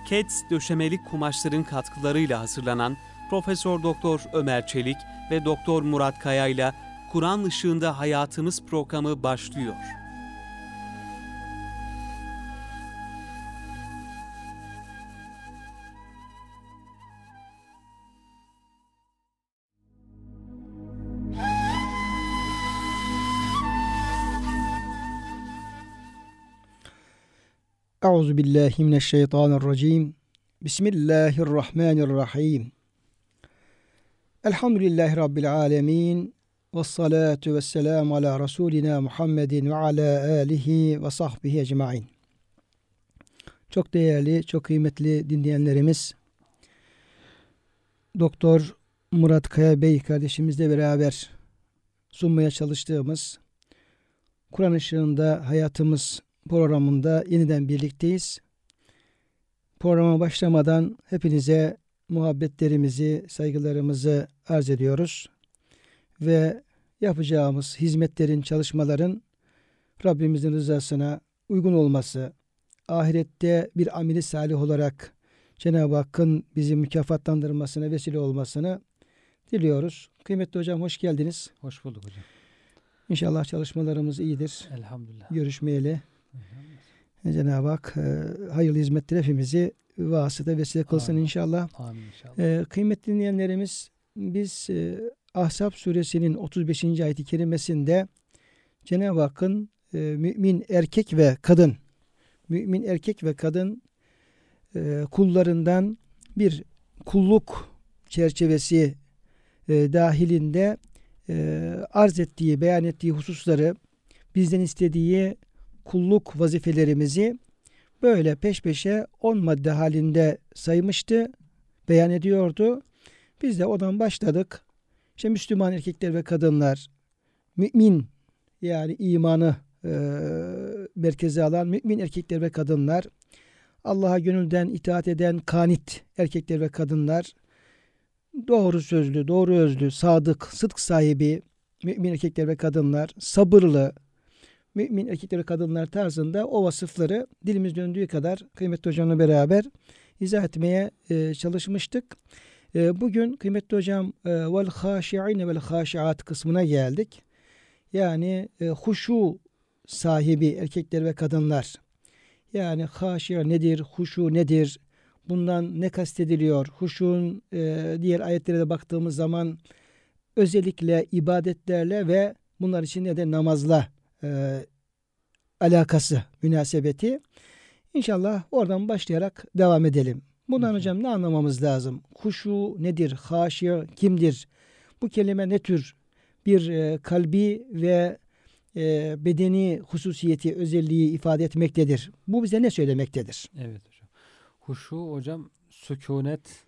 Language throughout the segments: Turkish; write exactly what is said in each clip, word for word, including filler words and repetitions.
Keds döşemeli kumaşların katkılarıyla hazırlanan Profesör Doktor Ömer Çelik ve Doktor Murat Kaya ile Kur'an Işığında Hayatımız programı başlıyor. Euzubillahimineşşeytanirracim. Bismillahirrahmanirrahim. Elhamdülillahi Rabbil alemin. Vessalatu vesselamu ala Resulina Muhammedin ve ala alihi ve sahbihi ecmain. Çok değerli, çok kıymetli dinleyenlerimiz, Doktor Murat Kaya Bey kardeşimizle beraber sunmaya çalıştığımız Kur'an Işığında Hayatımız programında yeniden birlikteyiz. Programa başlamadan hepinize muhabbetlerimizi, saygılarımızı arz ediyoruz. Ve yapacağımız hizmetlerin, çalışmaların Rabbimizin rızasına uygun olması, ahirette bir ameli salih olarak Cenab-ı Hakk'ın bizi mükafatlandırmasına vesile olmasını diliyoruz. Kıymetli hocam, hoş geldiniz. Hoş bulduk hocam. İnşallah çalışmalarımız iyidir. Elhamdülillah. Görüşmeyeli. Cenab-ı Hak e, hayırlı hizmetler hepimizi vasıta vesile kılsın Amin. inşallah. Amin inşallah. E, kıymetli dinleyenlerimiz, biz e, Ahzab suresinin otuz beşinci ayet-i kerimesinde Cenab-ı Hakk'ın e, mümin erkek ve kadın, mümin erkek ve kadın e, kullarından bir kulluk çerçevesi e, dahilinde e, arz ettiği, beyan ettiği hususları, bizden istediği kulluk vazifelerimizi böyle peş peşe on madde halinde saymıştı, beyan ediyordu. Biz de oradan başladık. İşte Müslüman erkekler ve kadınlar, mümin, yani imanı e, merkeze alan mümin erkekler ve kadınlar, Allah'a gönülden itaat eden kanit erkekler ve kadınlar, doğru sözlü, doğru özlü, sadık, sıdk sahibi mümin erkekler ve kadınlar, sabırlı mümin erkekler ve kadınlar tarzında o vasıfları dilimiz döndüğü kadar kıymetli hocamla beraber izah etmeye e, çalışmıştık. E, bugün kıymetli hocam e, vel haşi'ine vel haşi'at kısmına geldik. Yani e, huşu sahibi erkekler ve kadınlar. Yani haşi nedir, huşu nedir? Bundan ne kastediliyor? Huşun e, diğer ayetlere de baktığımız zaman özellikle ibadetlerle ve bunlar içinde de namazla e, alakası, münasebeti. İnşallah oradan başlayarak devam edelim. Bundan Hı. hocam ne anlamamız lazım? Huşu nedir? Haşi kimdir? Bu kelime ne tür bir e, kalbi ve e, bedeni hususiyeti, özelliği ifade etmektedir? Bu bize ne söylemektedir? Evet hocam. Huşu hocam sükunet,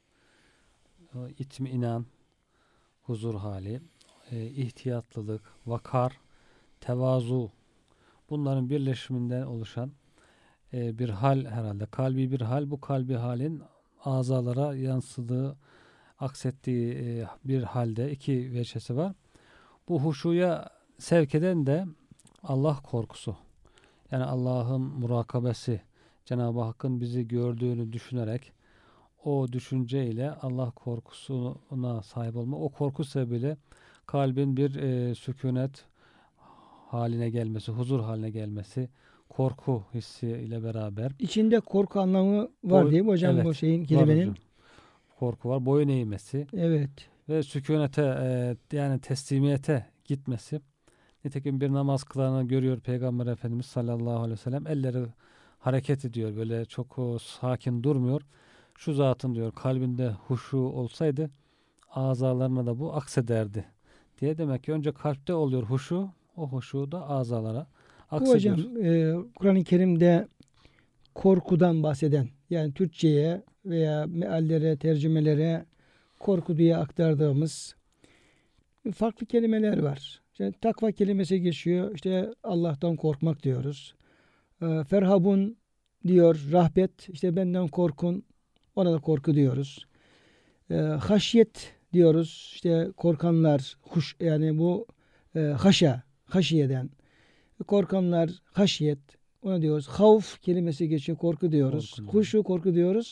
itminan, huzur hali, e, ihtiyatlılık, vakar, tevazu, bunların birleşiminden oluşan e, bir hal herhalde. Kalbi bir hal, bu kalbi halin azalara yansıdığı, aksettiği e, bir halde iki veçesi var. Bu huşuya sevk eden de Allah korkusu. Yani Allah'ın murakabesi, Cenab-ı Hakk'ın bizi gördüğünü düşünerek o düşünceyle Allah korkusuna sahip olma, o korku sebebiyle kalbin bir e, sükunet haline gelmesi, huzur haline gelmesi, korku hissi ile beraber. İçinde korku anlamı var Boy, değil mi hocam, evet, bu şeyin, kelimenin? Korku var, boyun eğmesi. Evet. Ve sükunete e, yani teslimiyete gitmesi. Nitekim bir namaz kılanı görüyor Peygamber Efendimiz sallallahu aleyhi ve sellem, elleri hareket ediyor, böyle çok o, sakin durmuyor. Şu zatın diyor kalbinde huşu olsaydı azalarına da bu aksederdi diye. Demek ki önce kalpte oluyor huşu, o huşu da azalara aksediyor. Bu hocam e, Kur'an-ı Kerim'de korkudan bahseden, yani Türkçe'ye veya meallere, tercümelere korku diye aktardığımız farklı kelimeler var. İşte takva kelimesi geçiyor. İşte Allah'tan korkmak diyoruz. E, ferhabun diyor, rahbet. İşte benden korkun. Ona da korku diyoruz. E, haşyet diyoruz. İşte korkanlar, huş, yani bu e, haşa, haşiyeden. Korkanlar, haşiyet. Ona diyoruz. Havf kelimesi geçiyor. Korku diyoruz. Korku. Huşu, korku diyoruz.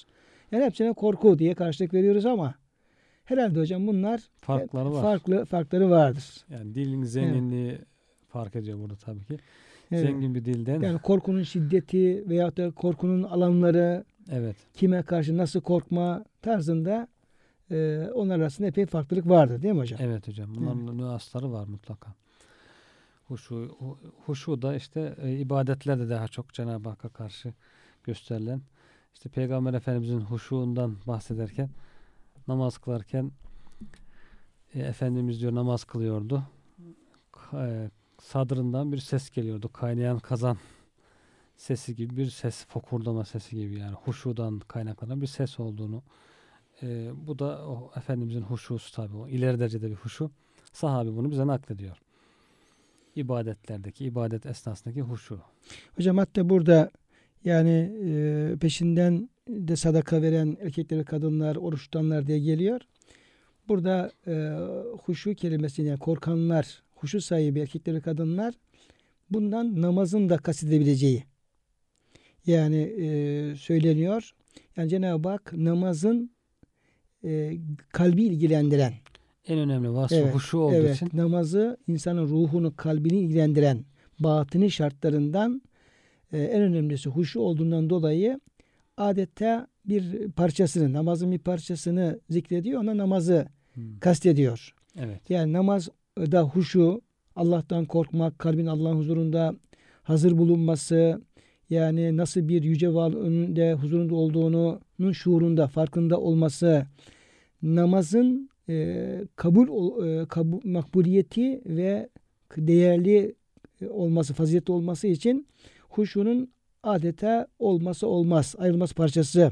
Yani hepsine korku diye karşılık veriyoruz ama herhalde hocam bunlar Farkları var. farklı farkları vardır. Yani dilin zenginliği fark ediyor burada tabii ki. Evet. Zengin bir dilden. Yani korkunun şiddeti veyahut da korkunun alanları, Evet. kime karşı nasıl korkma tarzında e, onlar arasında epey farklılık vardır değil mi hocam? Evet hocam. Bunların nüansları var mutlaka. Huşu, hu- huşu da işte e, ibadetlerde daha çok Cenab-ı Hakk'a karşı gösterilen, işte Peygamber Efendimizin huşuundan bahsederken, namaz kılarken e, Efendimiz diyor namaz kılıyordu. Ka- e, sadrından bir ses geliyordu. Kaynayan kazan sesi gibi bir ses, fokurdama sesi gibi, yani huşudan kaynaklanan bir ses olduğunu. E, bu da o Efendimizin huşusu tabii. O ileri derecede bir huşu. Sahabi bunu bize naklediyor. İbadetlerdeki, ibadet esnasındaki huşu. Hocam hatta burada yani e, peşinden de sadaka veren erkekler ve kadınlar, oruç tutanlar diye geliyor. Burada e, huşu kelimesini, yani korkanlar, huşu sahibi erkekler ve kadınlar, bundan namazın da kastedilebileceği yani e, söyleniyor. Yani Cenab-ı Hak namazın e, kalbi ilgilendiren, En önemli vasfı evet, huşu olduğu evet, için namazı insanın ruhunu, kalbini ilgilendiren batini şartlarından e, en önemlisi huşu olduğundan dolayı adeta bir parçasını, namazın bir parçasını zikrediyor. Ona namazı hmm, kastediyor. evet. Yani namazda huşu, Allah'tan korkmak, kalbin Allah'ın huzurunda hazır bulunması, yani nasıl bir yüce varlığın önünde, huzurunda olduğunun şuurunda, farkında olması, namazın e, kabul, e, kabul makbuliyeti ve değerli olması, faziletli olması için huşunun adeta olması olmaz, ayrılmaz parçası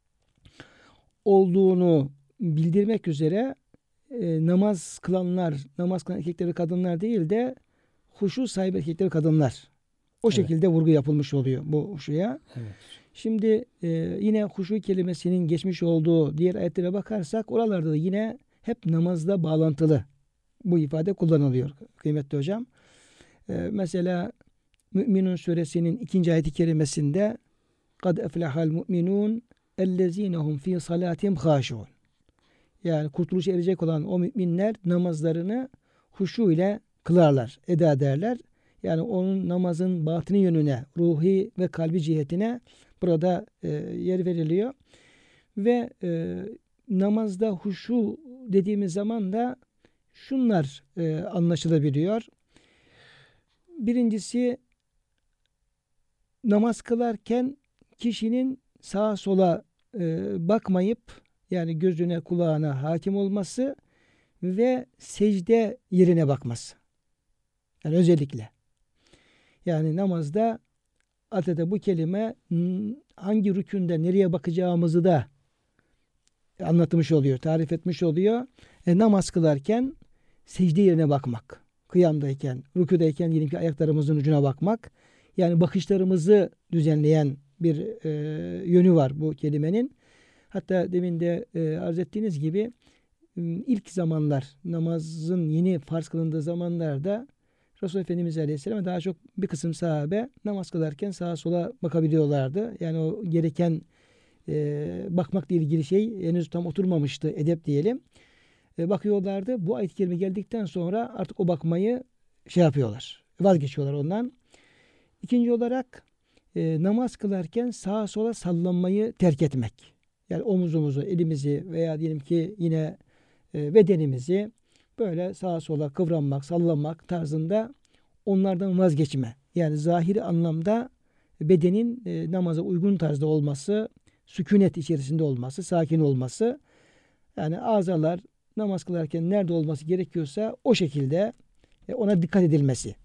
olduğunu bildirmek üzere e, namaz kılanlar, namaz kılan erkekler ve kadınlar değil de huşu sahibi erkekler ve kadınlar. O Evet. şekilde vurgu yapılmış oluyor bu huşuya. Evet. Şimdi e, yine huşu kelimesinin geçmiş olduğu diğer ayetlere bakarsak oralarda da yine hep namazla bağlantılı bu ifade kullanılıyor kıymetli hocam. E, mesela Mü'minun suresinin ikinci ayeti kerimesinde kad eflehal mu'minun ellezinehum fi salatihim haşun. Yani kurtuluşa erecek olan o müminler namazlarını huşu ile kılarlar, eda ederler. Yani onun namazın batini yönüne, ruhi ve kalbi cihetine burada e, yer veriliyor. Ve e, namazda huşu dediğimiz zaman da şunlar e, anlaşılabiliyor. Birincisi, namaz kılarken kişinin sağa sola e, bakmayıp, yani gözüne kulağına hakim olması ve secde yerine bakması. Yani özellikle. Yani namazda adeta bu kelime hangi rükünde nereye bakacağımızı da anlatmış oluyor, tarif etmiş oluyor. E, namaz kılarken secde yerine bakmak. Kıyamdayken, rüküdeyken diyelim ki ayaklarımızın ucuna bakmak. Yani bakışlarımızı düzenleyen bir e, yönü var bu kelimenin. Hatta demin de e, arz ettiğiniz gibi ilk zamanlar, namazın yeni farz kılındığı zamanlarda Resulullah Efendimiz Aleyhisselam daha çok bir kısım sahabe namaz kılarken sağa sola bakabiliyorlardı. Yani o gereken e, bakmakla ilgili şey henüz tam oturmamıştı, edep diyelim. E, bakıyorlardı. Bu ayet-i kerime geldikten sonra artık o bakmayı şey yapıyorlar, vazgeçiyorlar ondan. İkinci olarak e, namaz kılarken sağa sola sallanmayı terk etmek. Yani omuzumuzu, elimizi veya diyelim ki yine e, bedenimizi böyle sağa sola kıvranmak, sallanmak tarzında onlardan vazgeçme. Yani zahiri anlamda bedenin e, namaza uygun tarzda olması, sükunet içerisinde olması, sakin olması. Yani azalar namaz kılarken nerede olması gerekiyorsa o şekilde e, ona dikkat edilmesi.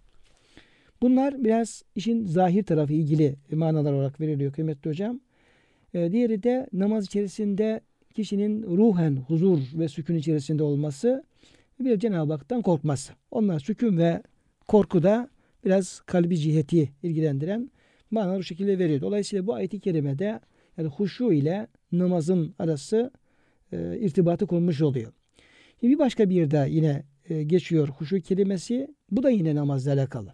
Bunlar biraz işin zahir tarafı ilgili manalar olarak veriliyor kıymetli hocam. E, diğeri de namaz içerisinde kişinin ruhen huzur ve sükun içerisinde olması, bir Cenab-ı Hak'tan korkması. Onlar sükun ve korku da biraz kalbi ciheti ilgilendiren manalar bu şekilde veriyor. Dolayısıyla bu ayet-i kerimede yani huşu ile namazın arası e, irtibatı kurmuş oluyor. Şimdi bir başka bir yerde yine e, geçiyor huşu kelimesi. Bu da yine namazla alakalı.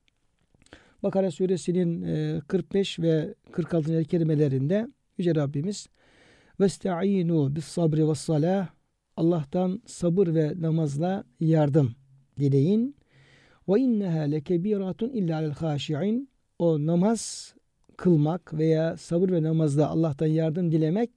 Bakara suresinin e, kırk beş ve kırk altıncı kelimelerinde Yüce Rabbimiz Vesta'inu bis sabri ve salah. Allah'tan sabır ve namazla yardım dileyin. Ve inneha lekebiratun illa lil haşi'in. O namaz kılmak veya sabır ve namazla Allah'tan yardım dilemek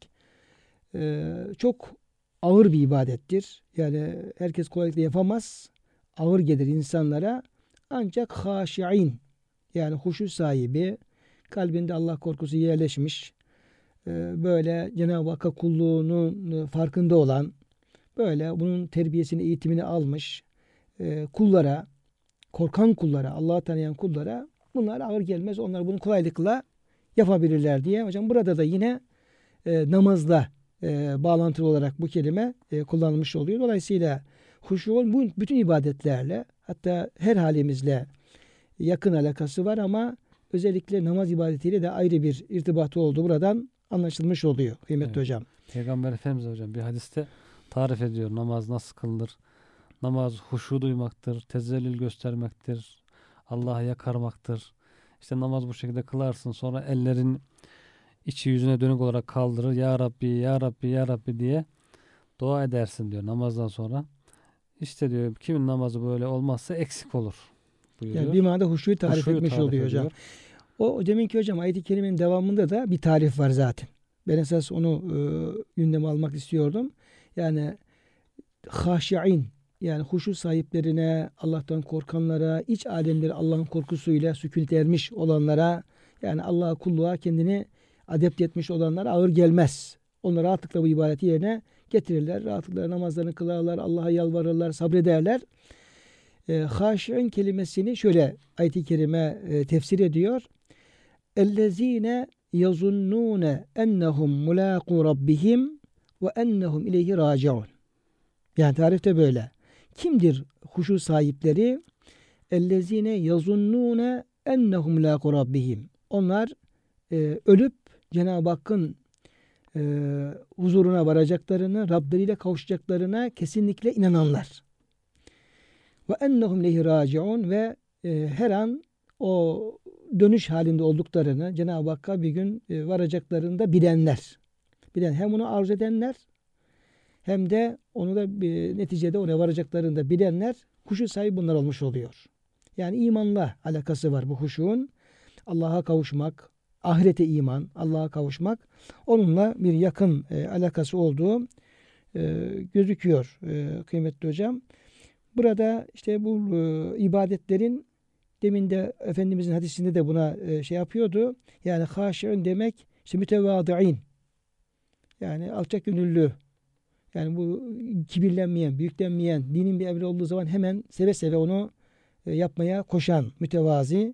e, çok ağır bir ibadettir. Yani herkes kolaylıkla yapamaz. Ağır gelir insanlara. Ancak haşi'in, yani huşu sahibi, kalbinde Allah korkusu yerleşmiş, e, böyle Cenab-ı Hakk'a kulluğunun farkında olan, böyle bunun terbiyesini, eğitimini almış e, kullara, korkan kullara, Allah'ı tanıyan kullara bunlar ağır gelmez. Onlar bunu kolaylıkla yapabilirler diye. Hocam burada da yine e, namazla e, bağlantılı olarak bu kelime e, kullanılmış oluyor. Dolayısıyla huşuğun bu bütün ibadetlerle, hatta her halimizle yakın alakası var ama özellikle namaz ibadetiyle de ayrı bir irtibatı olduğu buradan anlaşılmış oluyor kıymetli Evet. hocam. Peygamber Efendimiz hocam bir hadiste tarif ediyor namaz nasıl kılınır. Namaz huşu duymaktır, tezellül göstermektir, Allah'a yakarmaktır. İşte namaz bu şekilde kılarsın, sonra ellerin içi yüzüne dönük olarak kaldırır. Ya Rabbi, Ya Rabbi, Ya Rabbi diye dua edersin diyor namazdan sonra. İşte diyor kimin namazı böyle olmazsa eksik olur buyuruyor. Yani bir manada huşuyu tarif Huşuyu etmiş tarif oluyor hocam. ediyor. O deminki hocam ayet-i kerimenin devamında da bir tarif var zaten. Ben esas onu e, gündeme almak istiyordum. Yani haşi'in, yani huşu sahiplerine, Allah'tan korkanlara, iç alemleri Allah'ın korkusuyla sükûnet ermiş olanlara, yani Allah'a kulluğa kendini adept etmiş olanlara ağır gelmez. Onlar rahatlıkla bu ibadeti yerine getirirler. Rahatlıkla namazlarını kılarlar, Allah'a yalvarırlar, sabrederler. E, haşi'in kelimesini şöyle ayet-i kerime e, tefsir ediyor. اَلَّذ۪ينَ يَظُنُّونَ اَنَّهُمْ مُلَاقُوا رَبِّهِمْ وَاَنَّهُمْ اِلَيْهِ رَاجِعُونَ. Yani tarifte böyle. Kimdir huşu sahipleri? اَلَّذ۪ينَ يَظُنُّونَ اَنَّهُمْ مُلَاقُوا رَبِّهِمْ. Onlar e, ölüp Cenab-ı Hakk'ın e, huzuruna varacaklarını, Rableriyle kavuşacaklarına kesinlikle inananlar. وَاَنَّهُمْ اِلَيْهِ رَاجِعُونَ ve e, her an o dönüş halinde olduklarını, Cenab-ı Hakk'a bir gün e, varacaklarını da bilenler. Bilen, hem onu arzu edenler hem de onu da e, neticede oraya varacaklarını da bilenler, huşu sahibi bunlar olmuş oluyor. Yani imanla alakası var bu huşuğun. Allah'a kavuşmak, ahirete iman, Allah'a kavuşmak, onunla bir yakın e, alakası olduğu e, gözüküyor e, kıymetli hocam. Burada işte bu e, ibadetlerin, demin de Efendimizin hadisinde de buna e, şey yapıyordu. Yani haşi'un demek işte mütevâdi'in. Yani alçak gönüllü. Yani bu kibirlenmeyen, büyüklenmeyen, dinin bir emri olduğu zaman hemen seve seve onu e, yapmaya koşan, mütevazi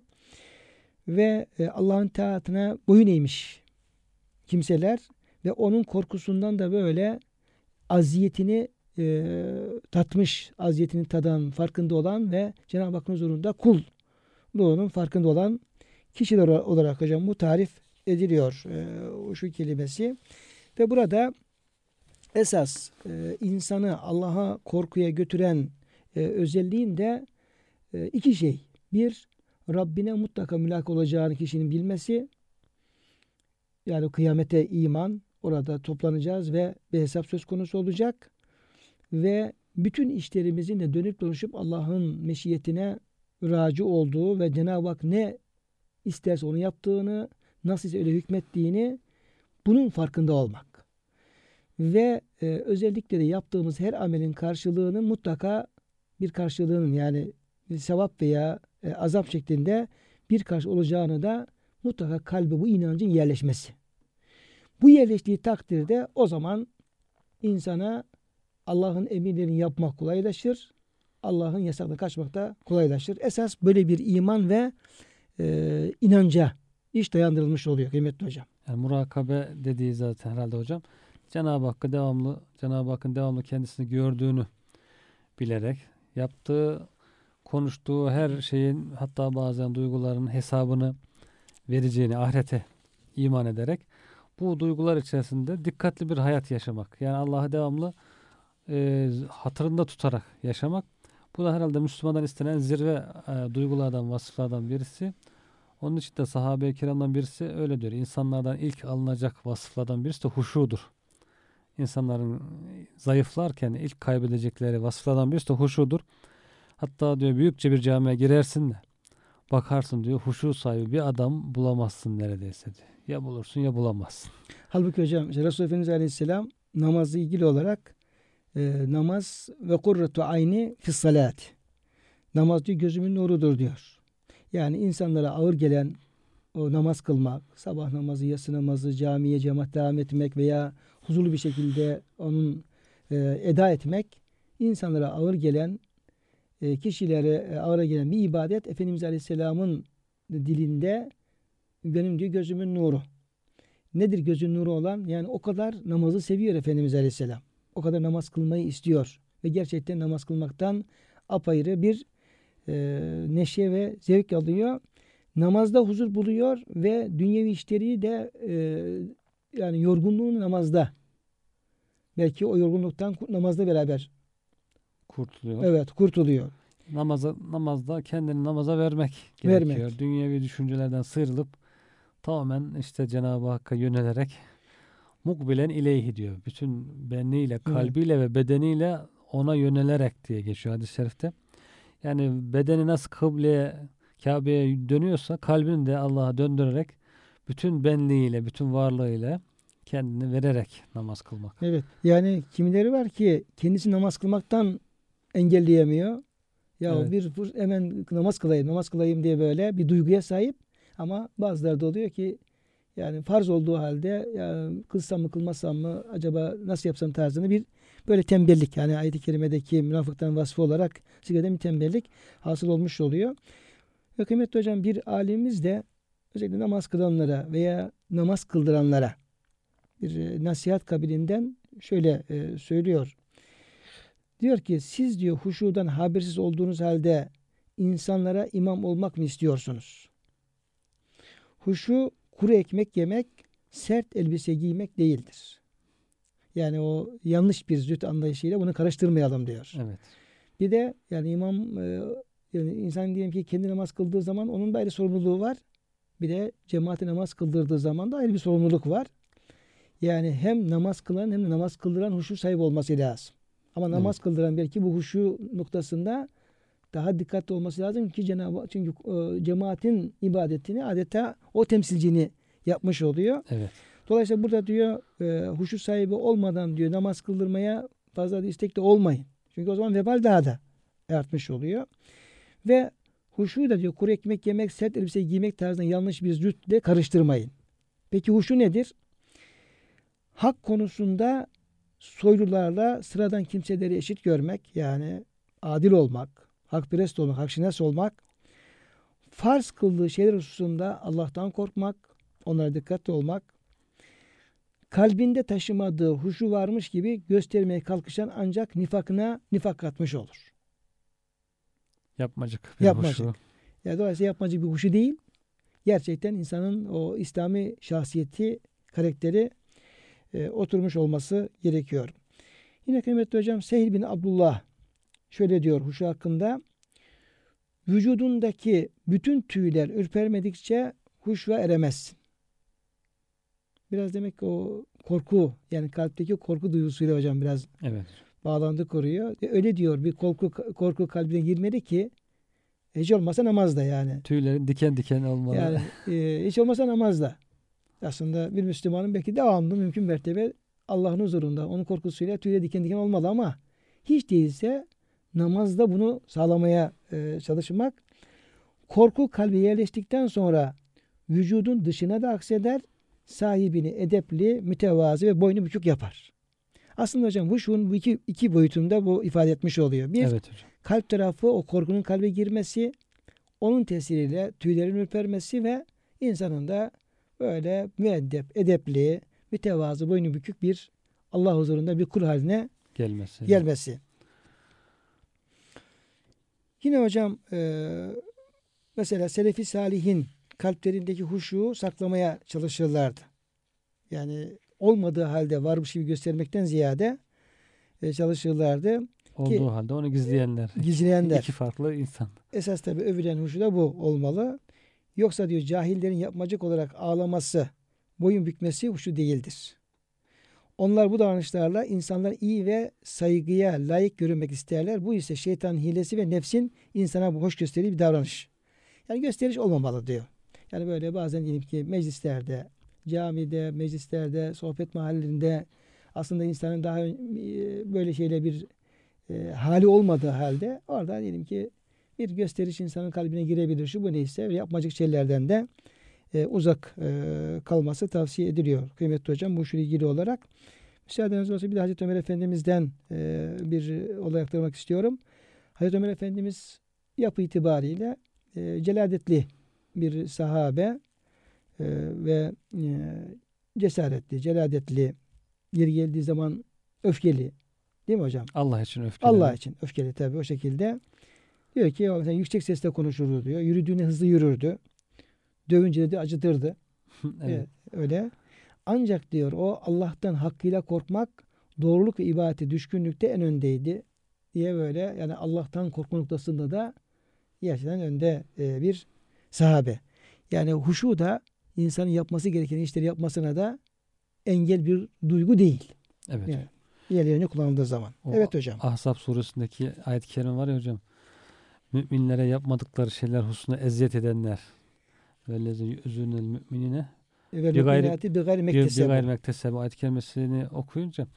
ve e, Allah'ın taatına boyun eğmiş kimseler ve onun korkusundan da böyle aziyetini e, tatmış, aziyetini tadan, farkında olan ve Cenab-ı Hakk'ın huzurunda kulluğunun farkında olan kişiler olarak hocam bu tarif ediliyor e, şu kelimesi. Ve burada esas e, insanı Allah'a korkuya götüren e, özelliğin de e, iki şey. Bir, Rabbine mutlaka mülak olacağını kişinin bilmesi. Yani kıyamete iman, orada toplanacağız ve bir hesap söz konusu olacak. Ve bütün işlerimizin de dönüp dolaşıp Allah'ın meşiyetine raci olduğu ve Cenab-ı Hak ne isterse onu yaptığını, nasıl ise öyle hükmettiğini, bunun farkında olmak. Ve e, özellikle de yaptığımız her amelin karşılığının mutlaka bir karşılığının, yani bir sevap veya e, azap şeklinde bir karşı olacağını da mutlaka kalbe bu inancın yerleşmesi. Bu yerleştiği takdirde o zaman insana Allah'ın emirlerini yapmak kolaylaşır. Allah'ın yasaklarına kaçmak da kolaylaşır. Esas böyle bir iman ve e, inanca iş dayandırılmış oluyor kıymetli hocam. Yani murakabe dediği zaten herhalde hocam. Cenab-ı Hakk'ı devamlı, Cenab-ı Hakk'ın devamlı kendisini gördüğünü bilerek, yaptığı, konuştuğu her şeyin, hatta bazen duyguların hesabını vereceğini, ahirete iman ederek bu duygular içerisinde dikkatli bir hayat yaşamak. Yani Allah'ı devamlı e, hatırında tutarak yaşamak. Bu da herhalde Müslümandan istenen zirve e, duygulardan, vasıflardan birisi. Onun için de sahabe-i kiramdan birisi öyle diyor. İnsanlardan ilk alınacak vasıflardan birisi de huşudur. insanların zayıflarken ilk kaybedecekleri vasıflardan birisi de huşudur. Hatta diyor büyükçe bir camiye girersin de bakarsın diyor huşu sahibi bir adam bulamazsın neredeyse diyor. Ya bulursun ya bulamazsın. Halbuki hocam işte Resulullah Efendimiz Aleyhisselam namazla ilgili olarak e, namaz ve kurretu ayni fis salat. Namaz diyor gözümün nurudur diyor. Yani insanlara ağır gelen o namaz kılmak, sabah namazı, yatsı namazı, camiye cemaat devam etmek veya huzurlu bir şekilde onun e, eda etmek insanlara ağır gelen e, kişilere e, ağır gelen bir ibadet. Efendimiz Aleyhisselam'ın dilinde benim diyor gözümün nuru. Nedir gözün nuru olan? Yani o kadar namazı seviyor Efendimiz Aleyhisselam. O kadar namaz kılmayı istiyor. Ve gerçekten namaz kılmaktan apayrı bir e, neşe ve zevk alıyor. Namazda huzur buluyor ve dünyevi işleri de e, yani yorgunluğunu namazda. Belki o yorgunluktan namazda beraber Kurtuluyor. evet kurtuluyor. Namaza, namazda kendini namaza vermek gerekiyor. Vermek. Dünyevi düşüncelerden sıyrılıp tamamen işte Cenab-ı Hakk'a yönelerek mukbilen ileyhi diyor. Bütün benliğiyle, kalbiyle ve bedeniyle ona yönelerek diye geçiyor hadis-i şerifte. Yani bedeni nasıl kıbleye, Kabe'ye dönüyorsa kalbini de Allah'a döndürerek bütün benliğiyle, bütün varlığıyla kendini vererek namaz kılmak. Evet. Yani kimileri var ki kendisi namaz kılmaktan engelleyemiyor. Ya Evet. bir hemen namaz kılayım, namaz kılayım diye böyle bir duyguya sahip. Ama bazıları da oluyor ki yani farz olduğu halde ya kılsam mı kılmasam mı acaba nasıl yapsam tarzını bir böyle tembellik, yani ayet-i kerimedeki münafıkların vasfı olarak zikreden bir tembellik hasıl olmuş oluyor. Ve kıymetli hocam bir alimimiz de özellikle namaz kılanlara veya namaz kıldıranlara bir e, nasihat kabilinden şöyle e, söylüyor. Diyor ki siz diyor huşudan habersiz olduğunuz halde insanlara imam olmak mı istiyorsunuz? Huşu kuru ekmek yemek, sert elbise giymek değildir. Yani o yanlış bir züht anlayışıyla bunu karıştırmayalım diyor. Evet. Bir de yani imam e, yani insan diyelim ki kendi namaz kıldığı zaman onun da ayrı sorumluluğu var. Bir de cemaati namaz kıldırdığı zaman da ayrı bir sorumluluk var. Yani hem namaz kılan hem de namaz kıldıran huşu sahibi olması lazım. Ama namaz Evet. kıldıran belki bu huşu noktasında daha dikkatli olması lazım ki Cenab-ı çünkü e, cemaatin ibadetini adeta o temsilcini yapmış oluyor. Evet. Dolayısıyla burada diyor e, huşu sahibi olmadan diyor namaz kıldırmaya fazla da istekli olmayın. Çünkü o zaman vebal daha da artmış oluyor. Ve huşuyu da diyor kuru ekmek yemek, sert elbise giymek tarzında yanlış bir zühtle karıştırmayın. Peki huşu nedir? Hak konusunda soylularla sıradan kimseleri eşit görmek, yani adil olmak, hakperest olmak, hakşinas olmak, farz kıldığı şeyler hususunda Allah'tan korkmak, onlara dikkatli olmak, kalbinde taşımadığı huşu varmış gibi göstermeye kalkışan ancak nifakına nifak katmış olur. Yapmacık bir Yapmacık. huşu. Yani dolayısıyla yapmacık bir huşu değil, gerçekten insanın o İslami şahsiyeti, karakteri e, oturmuş olması gerekiyor. Yine kıymetli hocam Sehl bin Abdullah şöyle diyor huşu hakkında: vücudundaki bütün tüyler ürpermedikçe huşuya eremezsin. Biraz demek ki o korku, yani kalpteki korku duygusuyla hocam biraz Evet. bağlandı koruyor. E, öyle diyor, bir korku korku kalbine girmedi ki hiç olmasa namazda yani. Tüylerin diken diken olmalı. Yani e, hiç olmasa namazda. Aslında bir Müslümanın belki devamlı mümkün mertebe Allah'ın huzurunda onun korkusuyla tüyleri diken diken olmalı ama hiç değilse namazda bunu sağlamaya e, çalışmak. Korku kalbe yerleştikten sonra vücudun dışına da akseder, sahibini edepli, mütevazi ve boynu bükük yapar. Aslında hocam huşun bu iki, iki boyutunda bu ifade etmiş oluyor. Bir, Evet hocam. kalp tarafı o korkunun kalbe girmesi, onun tesiriyle tüylerin ürpermesi ve insanın da böyle müeddep, edepli, mütevazı, boynu bükük bir Allah huzurunda bir kul haline Gelmesi. gelmesi. Yine hocam e, mesela Selefi Salihin kalplerindeki huşuğu saklamaya çalışırlardı. Yani olmadığı halde varmış gibi göstermekten ziyade e, çalışırlardı. Olduğu Ki, halde onu gizleyenler. Gizleyenler. İki farklı insan. Esas tabi övülen huşu da bu olmalı. Yoksa diyor cahillerin yapmacık olarak ağlaması, boyun bükmesi huşu değildir. Onlar bu davranışlarla insanlar iyi ve saygıya layık görünmek isterler. Bu ise şeytanın hilesi ve nefsin insana bu hoş gösterdiği bir davranış. Yani gösteriş olmamalı diyor. Yani böyle bazen diyelim ki meclislerde, camide, meclislerde, sohbet mahallelerinde aslında insanın daha e, böyle şeyle bir e, hali olmadığı halde orada diyelim ki bir gösteriş insanın kalbine girebilir. Şu bu neyse yapmacık şeylerden de e, uzak e, kalması tavsiye ediliyor. Kıymetli hocam bu işle ilgili olarak. Müsaadeniz olursa bir de Hazreti Ömer Efendimiz'den e, bir olay aktarmak istiyorum. Hazreti Ömer Efendimiz yapı itibariyle e, celadetli bir sahabe e, ve e, cesaretli, celadetli, yeri geldiği zaman öfkeli. Değil mi hocam? Allah için öfkeli. Allah için öfkeli tabii o şekilde. Diyor ki mesela yüksek sesle konuşurdu diyor. Yürüdüğünde hızlı yürürdü. Dövünce de acıtırdı. evet. Evet, öyle. Ancak diyor o Allah'tan hakkıyla korkmak doğruluk ve ibadete düşkünlükte en öndeydi diye böyle yani Allah'tan korkma noktasında da gerçekten önde e, bir sahabe. Yani huşu da insanın yapması gereken işleri yapmasına da engel bir duygu değil. Evet. Yani yerlerine kullanıldığı zaman. O evet hocam. Ahzab suresindeki ayet-i kerime var ya hocam. Müminlere yapmadıkları şeyler hususunda eziyet edenler. Vellezî yüzûnel müminine Ve bir gayri müminati bi gayri bir, bir mektesebu. gayri mektesebe ayet-i kerimesini okuyunca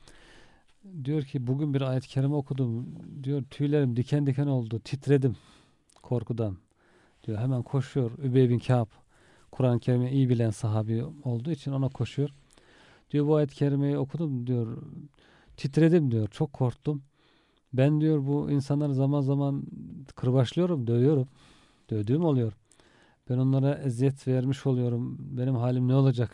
diyor ki bugün bir ayet-i kerime okudum. Diyor tüylerim diken diken oldu. Titredim korkudan. Diyor hemen koşuyor. Übey bin Kâb Kur'an-ı Kerim'i iyi bilen sahabi olduğu için ona koşuyor. Diyor bu ayet-i kerimeyi okudum diyor. Titredim diyor. Çok korktum. Ben diyor bu insanları zaman zaman kırbaçlıyorum, dövüyorum. Dövdüğüm oluyor. Ben onlara eziyet vermiş oluyorum. Benim halim ne olacak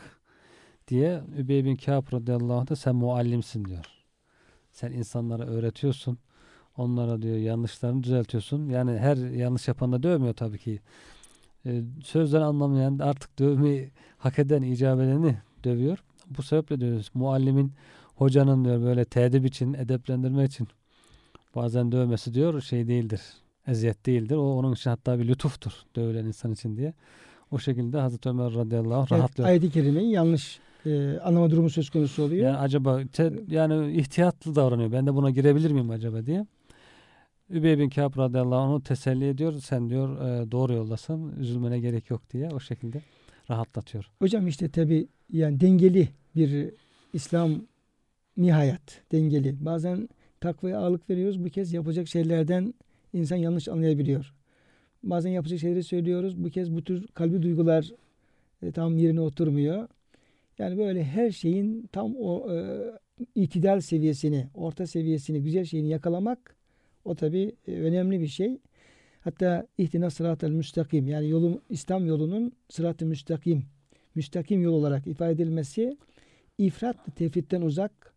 diye Übey bin Kâb radıyallahu anh da sen muallimsin diyor. Sen insanlara öğretiyorsun. Onlara diyor yanlışlarını düzeltiyorsun. Yani her yanlış yapan da dövmüyor tabii ki. Ee, sözden anlamayan artık dövmeyi hak eden, icap edeni dövüyor. Bu sebeple diyoruz muallimin, hocanın diyor böyle tedip için, edeplendirme için bazen dövmesi diyor şey değildir. Eziyet değildir. O onun için hatta bir lütuftur dövülen insan için diye. O şekilde Hazreti Ömer radıyallahu anh Evet, rahatlıyor. ayet-i kerimeyi yanlış e, anlama durumu söz konusu oluyor. Yani acaba te, yani ihtiyatlı davranıyor. Ben de buna girebilir miyim acaba diye. Übey bin Kâb radıyallahu anh'ı teselli ediyor. Sen diyor e, doğru yoldasın. Üzülmene gerek yok diye. O şekilde rahatlatıyor. Hocam işte tabi yani dengeli bir İslami hayat. Dengeli. Bazen takvaya ağırlık veriyoruz. Bu kez yapacak şeylerden insan yanlış anlayabiliyor. Bazen yapacak şeyleri söylüyoruz. Bu kez bu tür kalbi duygular e, tam yerine oturmuyor. Yani böyle her şeyin tam o e, itidal seviyesini, orta seviyesini, güzel şeyini yakalamak o tabi e, önemli bir şey. Hatta ihtina sıratel müstakim yani yolun İslam yolunun sırat-ı müstakim, müstakim yol olarak ifade edilmesi ifrat tefritten uzak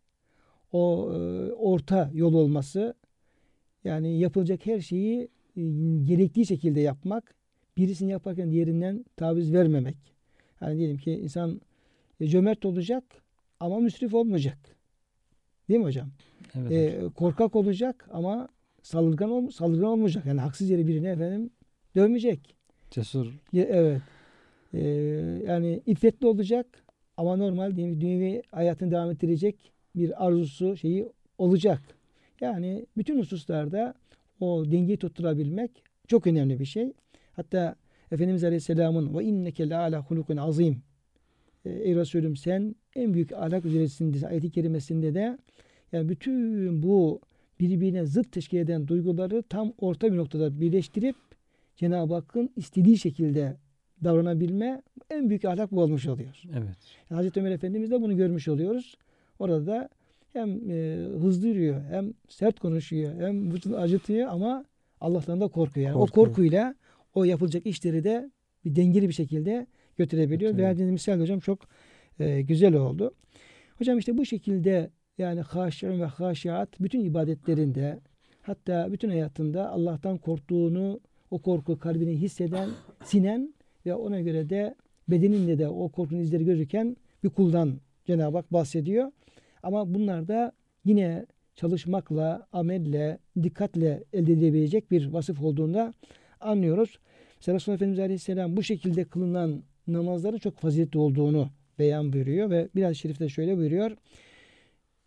o e, orta yol olması yani yapılacak her şeyi e, gerektiği şekilde yapmak, birisini yaparken diğerinden taviz vermemek. Yani diyelim ki insan e, cömert olacak ama müsrif olmayacak. Değil mi hocam? Evet, E, hocam. korkak olacak ama saldırgan, ol, saldırgan olmayacak. Yani haksız yere birini efendim dövmeyecek. Cesur. Ya, evet. E, yani iffetli olacak ama normal diyelim dünyevi hayatını devam ettirecek bir arzusu şeyi olacak. Yani bütün hususlarda o dengeyi tutturabilmek çok önemli bir şey. Hatta Efendimiz Aleyhisselam'ın ve inneke la ala hulukun azim. Ey Resulüm sen en büyük ahlak üzeresindesin ayet-i kerimesinde de yani bütün bu birbirine zıt teşkil eden duyguları tam orta bir noktada birleştirip Cenab-ı Hakk'ın istediği şekilde davranabilme en büyük ahlak bu olmuş oluyor. Evet. Yani Hazreti Ömer Efendimiz de bunu görmüş oluyoruz. Orada da hem e, hızlı yürüyor, hem sert konuşuyor, hem vücudunu acıtıyor ama Allah'tan da korkuyor. Yani Korkuyor. o korkuyla o yapılacak işleri de bir dengeli bir şekilde götürebiliyor. Evet. Verdiğiniz misal hocam çok e, güzel oldu. Hocam işte bu şekilde yani haşi'un ve haşiat bütün ibadetlerinde hatta bütün hayatında Allah'tan korktuğunu o korku kalbine hisseden, sinen ve ona göre de bedeninde de o korkunun izleri gözüken bir kuldan Cenab-ı Hak bahsediyor. Ama bunlar da yine çalışmakla, amelle, dikkatle elde edilebilecek bir vasıf olduğunda anlıyoruz. Mesela Resulullah Efendimiz Aleyhisselam bu şekilde kılınan namazların çok faziletli olduğunu beyan buyuruyor ve biraz şerifte şöyle buyuruyor.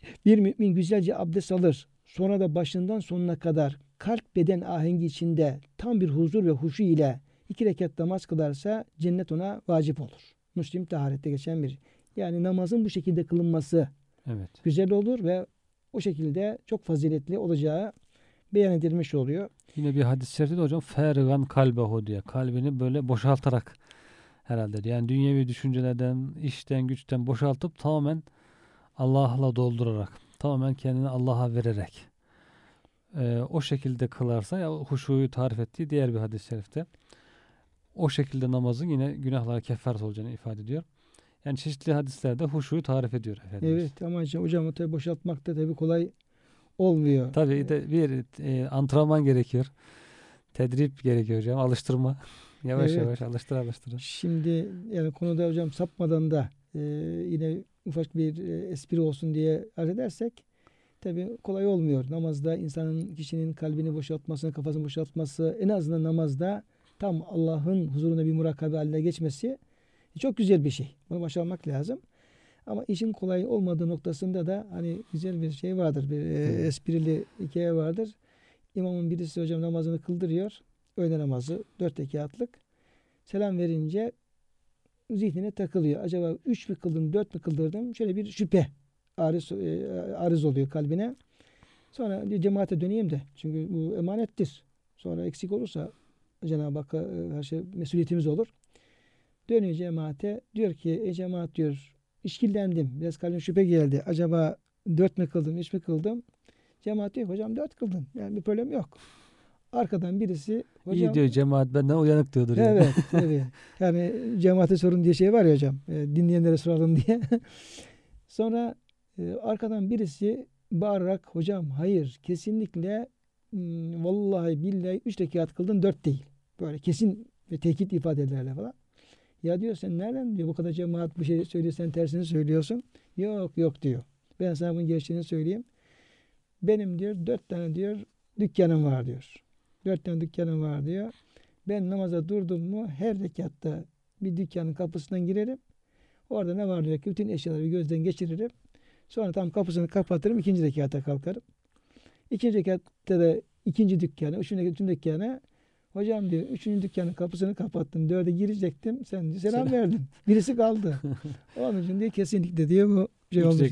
Bir mümin güzelce abdest alır. Sonra da başından sonuna kadar kalp beden ahengi içinde tam bir huzur ve huşu ile iki rekat namaz kılarsa cennet ona vacip olur. Müslim taharette geçen bir. Yani namazın bu şekilde kılınması Evet. güzel olur ve o şekilde çok faziletli olacağı beyan edilmiş oluyor. Yine bir hadis-i şerifte de hocam ferigan kalbehu diye. Kalbini böyle boşaltarak herhalde. Yani dünyevi düşüncelerden, işten, güçten boşaltıp tamamen Allah'la doldurarak, tamamen kendini Allah'a vererek e, o şekilde kılarsa, ya huşuyu tarif ettiği diğer bir hadis-i şerifte o şekilde namazın yine günahlara kefaret olacağını ifade ediyor. Yani çeşitli hadislerde huşuyu tarif ediyor Efendimiz. Evet ama işte hocam tabi boşaltmak da tabi kolay olmuyor. Tabii de bir e, antrenman gerekiyor. Tedrip gerekiyor hocam. Alıştırma. Yavaş Evet. yavaş alıştır alıştır. Şimdi yani konuda hocam sapmadan da e, yine ufak bir e, espri olsun diye arz edersek tabi kolay olmuyor. Namazda insanın kişinin kalbini boşaltması, kafasını boşaltması, en azından namazda tam Allah'ın huzurunda bir murakabe haline geçmesi çok güzel bir şey. Bunu başarmak lazım. Ama işin kolay olmadığı noktasında da hani güzel bir şey vardır. Bir e, esprili hikaye vardır. İmamın birisi hocam namazını kıldırıyor. Öğle namazı dört rekatlık. Selam verince zihnine takılıyor. Acaba üç mü kıldım, dört mü kıldırdım? Şöyle bir şüphe arız, e, arız oluyor kalbine. Sonra diyor cemaate döneyim de. Çünkü bu emanettir. Sonra eksik olursa Cenab-ı Hakk'a e, her şey mesuliyetimiz olur. Dönüyor cemaate. Diyor ki ey cemaat diyor işkillendim. Biraz kalbime şüphe geldi. Acaba dört mü kıldım, üç mü kıldım? Cemaat diyor hocam dört kıldın. Yani bir problem yok. Arkadan birisi hocam İyi diyor cemaat benden uyanık diyordur. Yani. evet, evet. Yani cemaate sorun diye şey var ya hocam. E, dinleyenlere soralım diye. Sonra e, arkadan birisi bağırarak hocam hayır kesinlikle hmm, vallahi billahi üç rekat kıldın dört değil. Böyle kesin ve tekit ifadelerle falan. Ya diyor sen nereden diyor bu kadar cemaat bu şey söylüyor sen tersini söylüyorsun. Yok yok diyor. Ben sana bunun gerçeğini söyleyeyim. Benim diyor dört tane diyor dükkanım var diyor. Dört tane dükkanım var diyor. Ben namaza durdum mu her rekatta bir dükkanın kapısından girerim. Orada ne var diyor ki bütün eşyaları bir gözden geçiririm. Sonra tam kapısını kapatırım. İkinci rekata kalkarım. İkinci rekatta da ikinci dükkanı, üçüncü, üçüncü dükkanı hocam diyor üçüncü dükkanın kapısını kapattım. Dörde girecektim. Sen diyor, selam verdin. Birisi kaldı. Onun için diye kesinlikle diyor bu şey olmuş.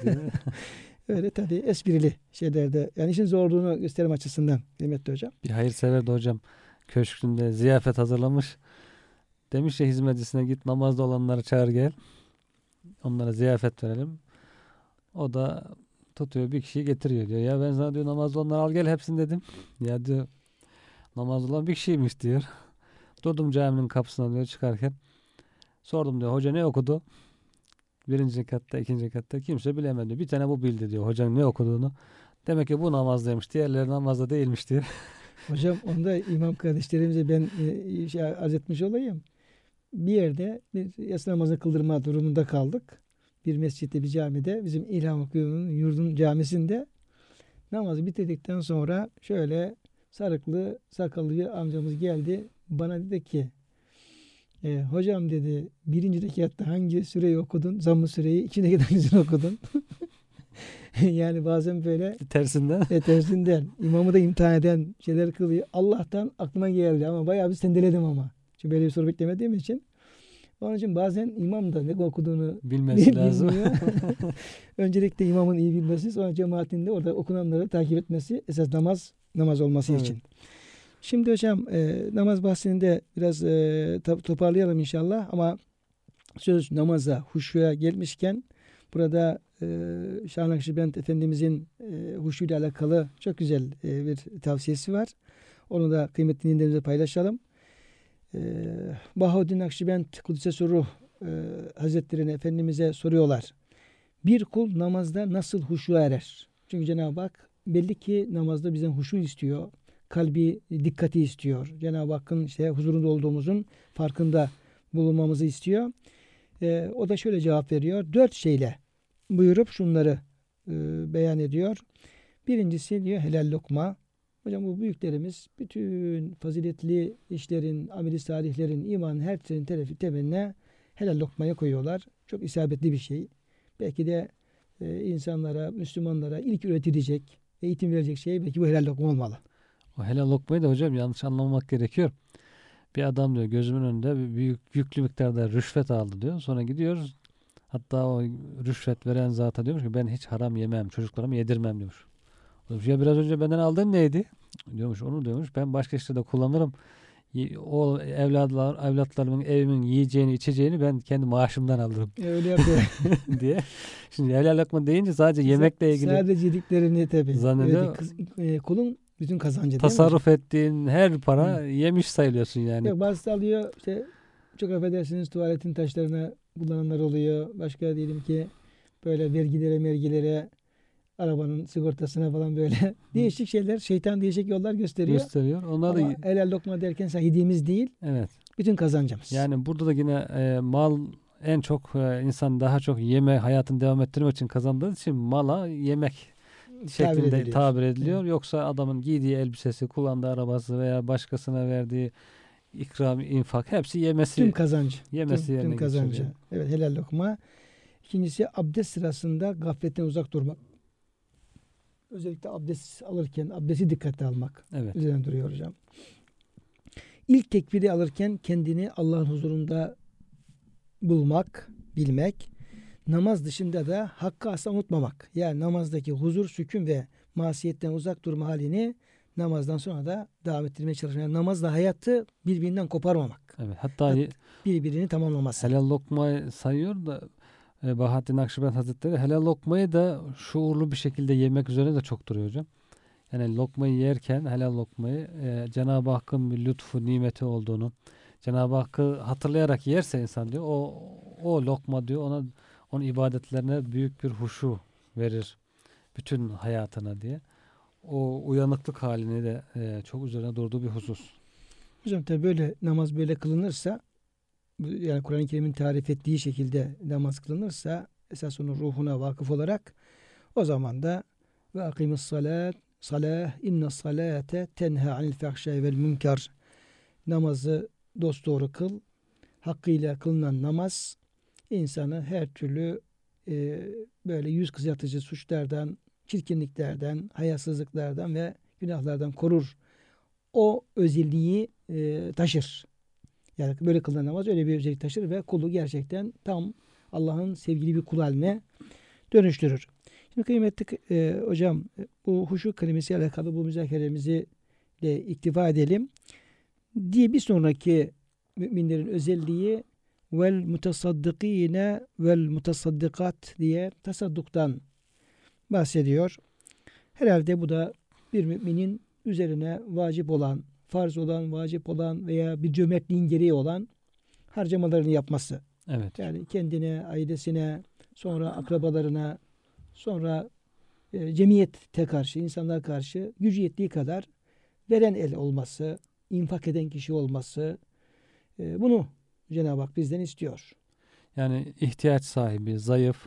Öyle tabii esprili şeylerde. Yani işin zorluğunu gösterme açısından kıymetli hocam. Bir hayırsever de hocam köşkünde ziyafet hazırlamış. Demiş ya hizmetçisine git namazda olanları çağır gel. Onlara ziyafet verelim. O da tutuyor bir kişiyi getiriyor diyor. Ya ben sana diyor namazda olanları al gel hepsini dedim. Ya diyor namazda olan bir kişiymiş diyor. Durdum caminin kapısına diyor çıkarken. Sordum diyor hoca ne okudu? Birinci rekatta, ikinci rekatta kimse bilemedi. Bir tane bu bildi diyor hocanın ne okuduğunu. Demek ki bu namazdaymış. Diğerleri namazda değilmiş diyor. Hocam onda imam kardeşlerimize ben e, şey arz etmiş olayım. Bir yerde bir yatsı namazını kıldırma durumunda kaldık. Bir mescitte bir camide bizim İlham Okulu'nun yurdun camisinde namazı bitirdikten sonra şöyle sarıklı sakallı bir amcamız geldi. Bana dedi ki e, hocam dedi birinci rekatta hangi süreyi okudun? Zamm-ı süreyi. İkinci rekatta hangisini okudun? Yani bazen böyle Tersinden. e, tersinden imamı da imtihan eden şeyler kılıyor. Allah'tan aklıma geldi ama bayağı bir sendeledim ama. Çünkü böyle bir soru beklemediğim için. Onun için bazen imam da ne okuduğunu Bilmesi lazım. bilmiyor. Öncelikle imamın iyi bilmesi, sonra cemaatin de orada okunanları takip etmesi esas namaz namaz olması Evet. için. Şimdi hocam e, namaz bahsinde biraz e, toparlayalım inşallah ama söz namaza, huşuya gelmişken burada e, Şah Nakşibend Efendimizin e, huşuyla alakalı çok güzel e, bir tavsiyesi var. Onu da kıymetli dinleyenlerimize paylaşalım. E, Bahaüddin Nakşibend Kudüs'e Ruh e, Hazretlerine Efendimiz'e soruyorlar. Bir kul namazda nasıl huşuya erer? Çünkü Cenab-ı Hak belli ki namazda bizden huşu istiyor. Kalbi dikkati istiyor. Cenab-ı Hakk'ın işte huzurunda olduğumuzun farkında bulunmamızı istiyor. E, o da şöyle cevap veriyor. Dört şeyle buyurup şunları e, beyan ediyor. Birincisi diyor helal lokma. Hocam bu büyüklerimiz bütün faziletli işlerin, ameli salihlerin, imanın her türlü telefi temeline helal lokmaya koyuyorlar. Çok isabetli bir şey. Belki de e, insanlara, Müslümanlara ilk öğretilecek, eğitim verecek şey belki bu helal lokma olmalı. O helal lokmayı da hocam yanlış anlamamak gerekiyor. Bir adam diyor gözümün önünde bir büyük yüklü miktarda rüşvet aldı diyor. Sonra gidiyoruz. Hatta o rüşvet veren zata diyormuş ki ben hiç haram yemem, çocuklarımı yedirmem diyormuş. Diyormuş, ya biraz önce benden aldığın neydi? Diyormuş onu diyormuş. Ben başka işte de kullanırım. Y- O evlatlar, evlatlarımın evimin yiyeceğini, içeceğini ben kendi maaşımdan alırım E, öyle yapıyor. diye. Şimdi helal lokma deyince sadece yemekle ilgili Sadece yediklerini tabii. zannediyor. Öyle değil. Kız, e, kulun bütün kazancı değil mi? Tasarruf ettiğin her para yemiş sayılıyorsun yani. Yok, bazısı alıyor işte, çok affedersiniz, tuvaletin taşlarına kullananlar oluyor. Başka diyelim ki böyle vergilere mergilere, arabanın sigortasına falan böyle değişik şeyler, şeytan değişik yollar gösteriyor. Gösteriyor. Onlar Ama da helal lokma derken sen yediğimiz değil, evet. bütün kazancımız. Yani burada da yine e, mal en çok e, insan daha çok yeme hayatını devam ettirmek için kazandığı için mala yemek şeklinde ediliyor. tabir ediliyor. Yoksa adamın giydiği elbisesi, kullandığı arabası veya başkasına verdiği ikram, infak hepsi yemesi. Tüm kazancı. Yemesi tüm, yerine tüm kazancı. geçiyor. Evet, helal lokma. İkincisi abdest sırasında gafletten uzak durmak. Özellikle abdest alırken abdesti dikkate almak. Evet. Üzerine duruyor hocam. İlk tekbiri alırken kendini Allah'ın huzurunda bulmak, bilmek. Namaz dışında da hakkı asla unutmamak. Yani namazdaki huzur, sükun ve masiyetten uzak durma halini namazdan sonra da devam ettirmeye çalışmak. Yani namazla hayatı birbirinden koparmamak. Evet. Hatta Hat- ye- Birbirini tamamlaması. helal lokmayı sayıyor da e, Bahattin Nakşibend Hazretleri helal lokmayı da şuurlu bir şekilde yemek üzerine de çok duruyor hocam. Yani lokmayı yerken helal lokmayı e, Cenab-ı Hakk'ın bir lütfu, nimeti olduğunu, Cenab-ı Hakk'ı hatırlayarak yerse insan diyor, o o lokma diyor ona onun ibadetlerine büyük bir huşu verir bütün hayatına diye. O uyanıklık halini de e, çok üzerine durduğu bir husus. Hocam tabi böyle namaz böyle kılınırsa, bu- yani Kur'an-ı Kerim'in tarif ettiği şekilde namaz kılınırsa, esas onun ruhuna vakıf olarak, o zaman da ve akimus salat salah inne salate tenha anil fahşai vel münker, namazı dosdoğru kıl, hakkıyla kılınan namaz insanı her türlü e, böyle yüz kızartıcı suçlardan, çirkinliklerden, hayasızlıklardan ve günahlardan korur. O özelliği e, taşır. Yani böyle kılınan namaz öyle bir özellik taşır ve kulu gerçekten tam Allah'ın sevgili bir kul haline dönüştürür. Şimdi kıymetli e, hocam, bu huşu kelimesiyle alakalı bu müzakeremizi de iktifa edelim. Diye bir sonraki müminlerin özelliği vel mutasaddikine vel mutasaddikat diye tasadduktan bahsediyor. Herhalde bu da bir müminin üzerine vacip olan, farz olan, vacip olan veya bir cömertliğin gereği olan harcamalarını yapması. Evet. Yani kendine, ailesine, sonra akrabalarına, sonra e, cemiyete karşı, insanlar karşı gücü yettiği kadar veren el olması, infak eden kişi olması, e, bunu Cenab-ı Hak bizden istiyor. Yani ihtiyaç sahibi, zayıf,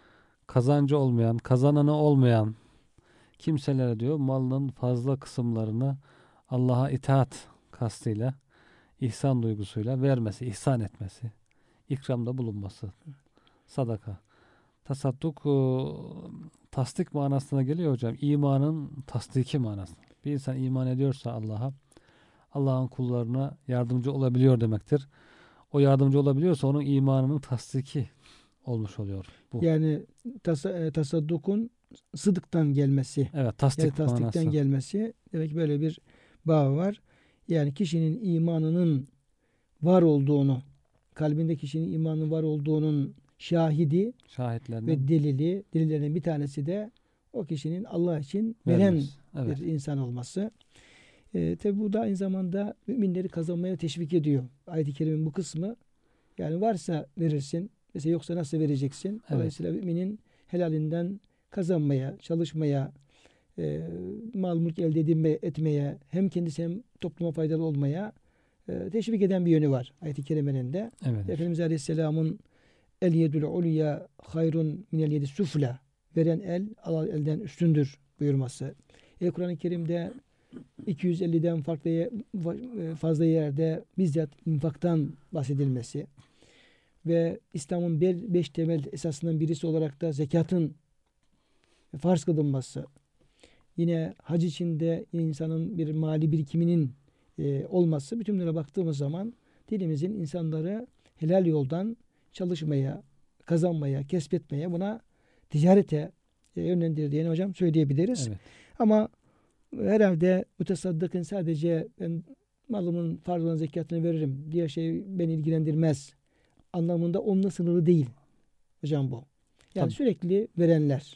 kazancı olmayan, kazananı olmayan kimselere diyor malının fazla kısımlarını Allah'a itaat kastıyla, ihsan duygusuyla vermesi, ihsan etmesi, ikramda bulunması, sadaka. Tasadduk o, tasdik manasına geliyor hocam. İmanın tasdiki manası. Bir insan iman ediyorsa Allah'a, Allah'ın kullarına yardımcı olabiliyor demektir. O yardımcı olabiliyorsa onun imanının tasdiki olmuş oluyor. Bu. Yani tasa, e, tasaddukun sıdıktan gelmesi, Evet, tasdik yani tasdikten manası. gelmesi, demek ki böyle bir bağ var. Yani kişinin imanının var olduğunu, kalbinde kişinin imanının var olduğunun şahidi Şahitlerinden ve delili, delillerinin bir tanesi de o kişinin Allah için veren vermez. Evet. bir insan olması. E, tabi bu da aynı zamanda müminleri kazanmaya teşvik ediyor. Ayet-i Kerime'nin bu kısmı, yani varsa verirsin, mesela yoksa nasıl vereceksin? Dolayısıyla müminin helalinden kazanmaya, çalışmaya, e, mal mülk elde edinme, etmeye, hem kendisi hem topluma faydalı olmaya e, teşvik eden bir yönü var ayet-i kerimenin de. Evet. Efendimiz Aleyhisselam'ın el yedül ulya hayrun minel yedi sufla, veren el al elden üstündür buyurması. E, Kur'an-ı Kerim'de iki yüz elliden farklı ye- fazla yerde bizzat infaktan bahsedilmesi ve İslam'ın beş temel esasından birisi olarak da zekatın farz kılınması, yine hac içinde insanın bir mali birikiminin e, olması, bütün bunlara baktığımız zaman dinimizin insanları helal yoldan çalışmaya, kazanmaya, kesbetmeye, buna ticarete e, yönlendirdiğini hocam söyleyebiliriz. Evet. Ama herhalde mütesaddıkın sadece ben malımın farz olan zekatını veririm, diğer şey beni ilgilendirmez anlamında onunla sınırlı değil hocam bu. Yani Tabii. sürekli verenler.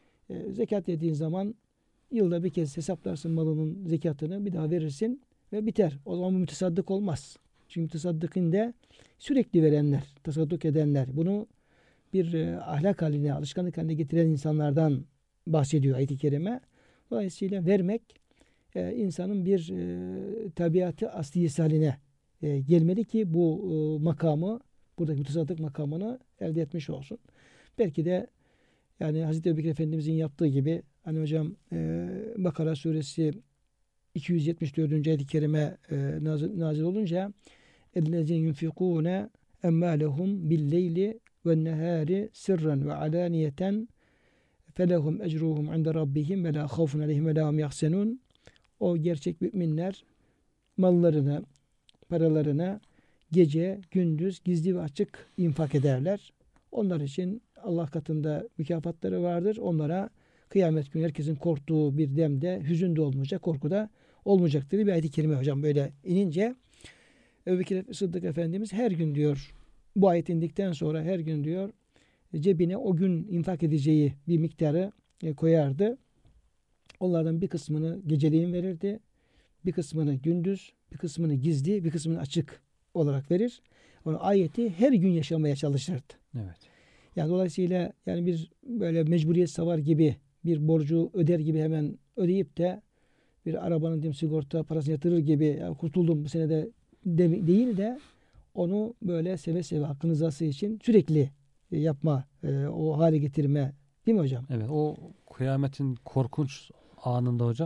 E, zekat dediğin zaman yılda bir kez hesaplarsın malının zekatını, bir daha verirsin ve biter. O zaman bu mütesaddık olmaz. Çünkü mütesaddıkın de sürekli verenler, tasadduk edenler, bunu bir e, ahlak haline, alışkanlık haline getiren insanlardan bahsediyor ayet-i kerime. Dolayısıyla vermek e, insanın bir e, tabiatı asliyesi haline e, gelmeli ki bu e, makamı, buradaki mütesaddık makamını elde etmiş olsun. Belki de yani Hazreti Ebubekir Efendimizin yaptığı gibi, hani hocam e, Bakara suresi iki yüz yetmiş dördüncü ayet-i kerime e, nazil, nazil olunca اَلَّذِينَ يُنْفِقُونَ اَمَّالَهُمْ بِالْلَيْلِ وَالنَّهَارِ سِرًّا وَعَلَانِيَةً فَلَهُمْ اَجْرُهُمْ عِنْدَ رَبِّهِمْ وَلَا خَوْفٌ عَلَيْهِمْ وَلَا هُمْ يَحْزَنُونَ. O gerçek müminler mallarını, paralarını gece, gündüz, gizli ve açık infak ederler. Onlar için Allah katında mükafatları vardır. Onlara kıyamet günü herkesin korktuğu bir demde hüzün de olmayacak, korku da olmayacaktır. Bir ayet-i kerime hocam böyle inince Ebubekir Sıddık Efendimiz her gün diyor, bu ayet indikten sonra her gün diyor cebine o gün infak edeceği bir miktarı koyardı. Onlardan bir kısmını geceleyin verirdi. Bir kısmını gündüz, bir kısmını gizli, bir kısmını açık olarak verir. Onu ayeti her gün yaşamaya çalışırdı. Evet. Yani dolayısıyla yani bir böyle mecburiyet savar gibi, bir borcu öder gibi hemen ödeyip de bir arabanın diyeyim, sigorta parasını yatırır gibi ya kurtuldum bu sene de, de değil de onu böyle seve seve hakkın rızası için sürekli e, yapma, e, o hale getirme, değil mi hocam? Evet. O kıyametin korkunç anında hocam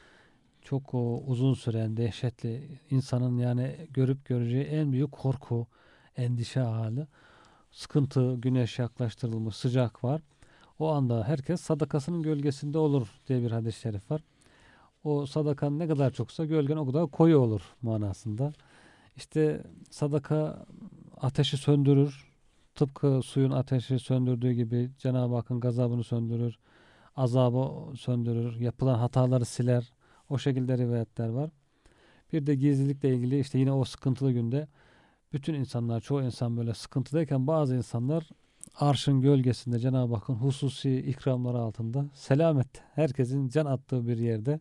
çok o, uzun süren dehşetli, insanın yani görüp göreceği en büyük korku, endişe hali, sıkıntı, güneş yaklaştırılmış, sıcak var. O anda herkes sadakasının gölgesinde olur diye bir hadis-i şerif var. O sadakan ne kadar çoksa gölgen o kadar koyu olur manasında. İşte sadaka ateşi söndürür. Tıpkı suyun ateşi söndürdüğü gibi Cenab-ı Hakk'ın gazabını söndürür. Azabı söndürür. Yapılan hataları siler. O şekilde rivayetler var. Bir de gizlilikle ilgili işte yine o sıkıntılı günde bütün insanlar, çoğu insan böyle sıkıntıdayken bazı insanlar arşın gölgesinde Cenab-ı Hakk'ın hususi ikramları altında selamet, herkesin can attığı bir yerde.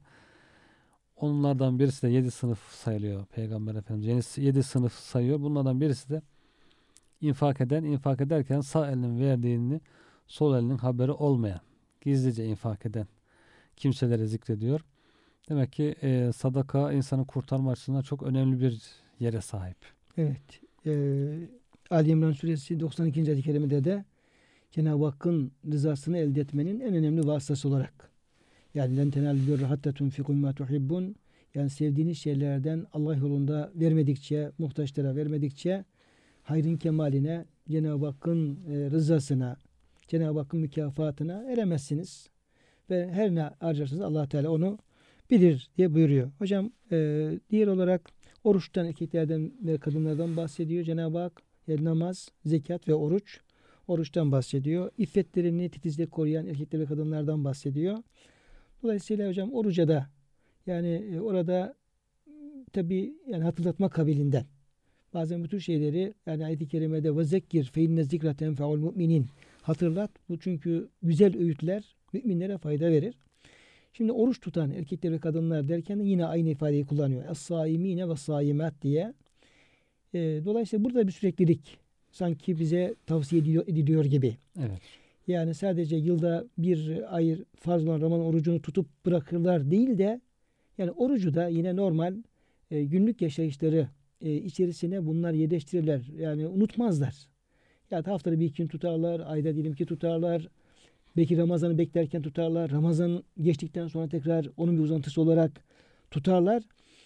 Onlardan birisi de yedi sınıf sayılıyor Peygamber Efendimiz. Yedi sınıf sayıyor. Bunlardan birisi de infak eden, infak ederken sağ elinin verdiğini sol elinin haberi olmayan, gizlice infak eden kimseleri zikrediyor. Demek ki e, sadaka insanı kurtarma açısından çok önemli bir yere sahip. Evet. Ee, Ali İmran suresi doksan ikinci ayet-i kerimede de Cenab-ı Hakk'ın rızasını elde etmenin en önemli vasıtası olarak, yani len tenâlûl birre hattâ tunfikû mimâ tuhibbûn, yani sevdiğiniz şeylerden Allah yolunda vermedikçe, muhtaçlara vermedikçe hayrın kemaline, Cenab-ı Hakk'ın e, rızasına, Cenab-ı Hakk'ın mükafatına eremezsiniz. Ve her ne harcarsanız Allah Teala onu bilir diye buyuruyor. Hocam e, diğer olarak oruçtan, erkeklerden ve kadınlardan bahsediyor Cenab-ı Hak. Yani namaz, zekat ve oruç. Oruçtan bahsediyor. İffetlerini titizle koruyan erkekler ve kadınlardan bahsediyor. Dolayısıyla hocam oruca da yani e, orada tabi yani hatırlatma kabilinden. Bazen bu tür şeyleri yani ayet-i kerimede ve zekkir fe inne zikra tenfe'ul müminin, hatırlat. Bu çünkü güzel öğütler müminlere fayda verir. Şimdi oruç tutan erkekler ve kadınlar derken de yine aynı ifadeyi kullanıyor. Es-saimine ve saimat diye. E, dolayısıyla burada bir süreklilik sanki bize tavsiye ediliyor, ediliyor gibi. Evet. Yani sadece yılda bir ay farz olan Ramazan orucunu tutup bırakırlar değil de yani orucu da yine normal e, günlük yaşayışları e, içerisine bunlar yerleştirirler. Yani unutmazlar. Ya haftada bir iki gün tutarlar, ayda diyelim ki tutarlar. Belki Ramazan'ı beklerken tutarlar. Ramazan geçtikten sonra tekrar onun bir uzantısı olarak tutarlar.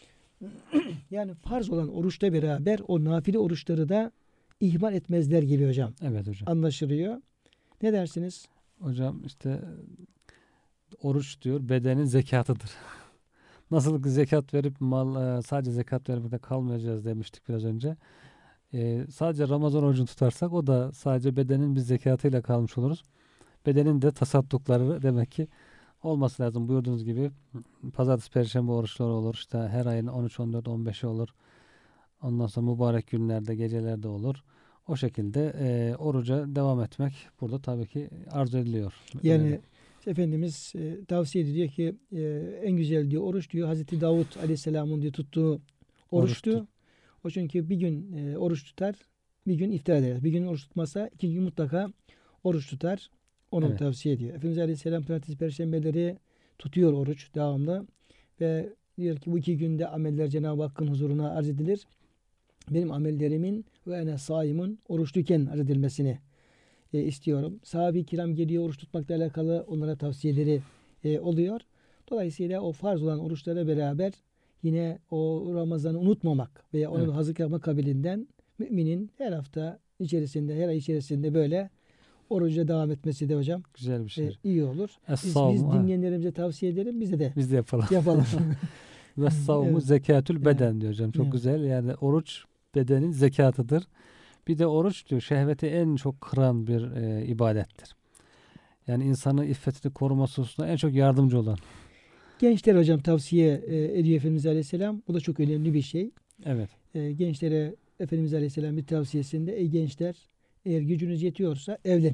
Yani farz olan oruçla beraber o nafile oruçları da ihmal etmezler gibi hocam. Evet hocam. Anlaşılıyor. Ne dersiniz? Hocam işte oruç diyor bedenin zekatıdır. Nasıl ki zekat verip mal e, sadece zekat verip de kalmayacağız demiştik biraz önce. E, sadece Ramazan orucunu tutarsak o da sadece bedenin bir zekatıyla kalmış oluruz. Bedenin de tasaddukları demek ki olması lazım. Buyurduğunuz gibi pazartesi, perşembe oruçları olur. İşte her ayın on üç, on dört, on beşi olur. Ondan sonra mübarek günlerde, gecelerde olur. O şekilde e, oruca devam etmek burada tabii ki arzu ediliyor. Yani Öyle. Efendimiz e, tavsiye ediyor ki e, en güzel diyor oruç diyor Hazreti Davut Aleyhisselam'ın diyor tuttuğu oruçtu. Oruçtu. O çünkü bir gün e, oruç tutar, bir gün iftar eder. Bir gün oruç tutmasa ikinci gün mutlaka oruç tutar. Onu Evet. tavsiye ediyor. Efendimiz Aleyhisselam pazartesi, perşembeleri tutuyor oruç devamlı ve diyor ki bu iki günde ameller Cenab-ı Hakk'ın huzuruna arz edilir. Benim amellerimin ve ene saimun oruçluyken arz edilmesini e, istiyorum. Sahabe-i kiram geliyor oruç tutmakla alakalı onlara tavsiyeleri e, oluyor. Dolayısıyla o farz olan oruçlara beraber yine o Ramazan'ı unutmamak veya onu Evet. hazırlık yapma kabilinden müminin her hafta içerisinde, her ay içerisinde böyle oruca devam etmesi de hocam Güzel bir e, şey. iyi olur. Biz, biz Es-savmu, ha, dinleyenlerimize tavsiye edelim. Bize de biz de yapalım. yapalım. Ve savmu Evet. zekatül beden diyor hocam. Çok Evet. güzel. Yani oruç bedenin zekatıdır. Bir de oruç diyor şehveti en çok kıran bir e, ibadettir. Yani insanın iffetini koruması hususunda en çok yardımcı olan. Gençler hocam tavsiye e, ediyor Efendimiz Aleyhisselam. Bu da çok önemli bir şey. Evet. E, gençlere Efendimiz Aleyhisselam bir tavsiyesinde ey gençler eğer gücünüz yetiyorsa evlenin.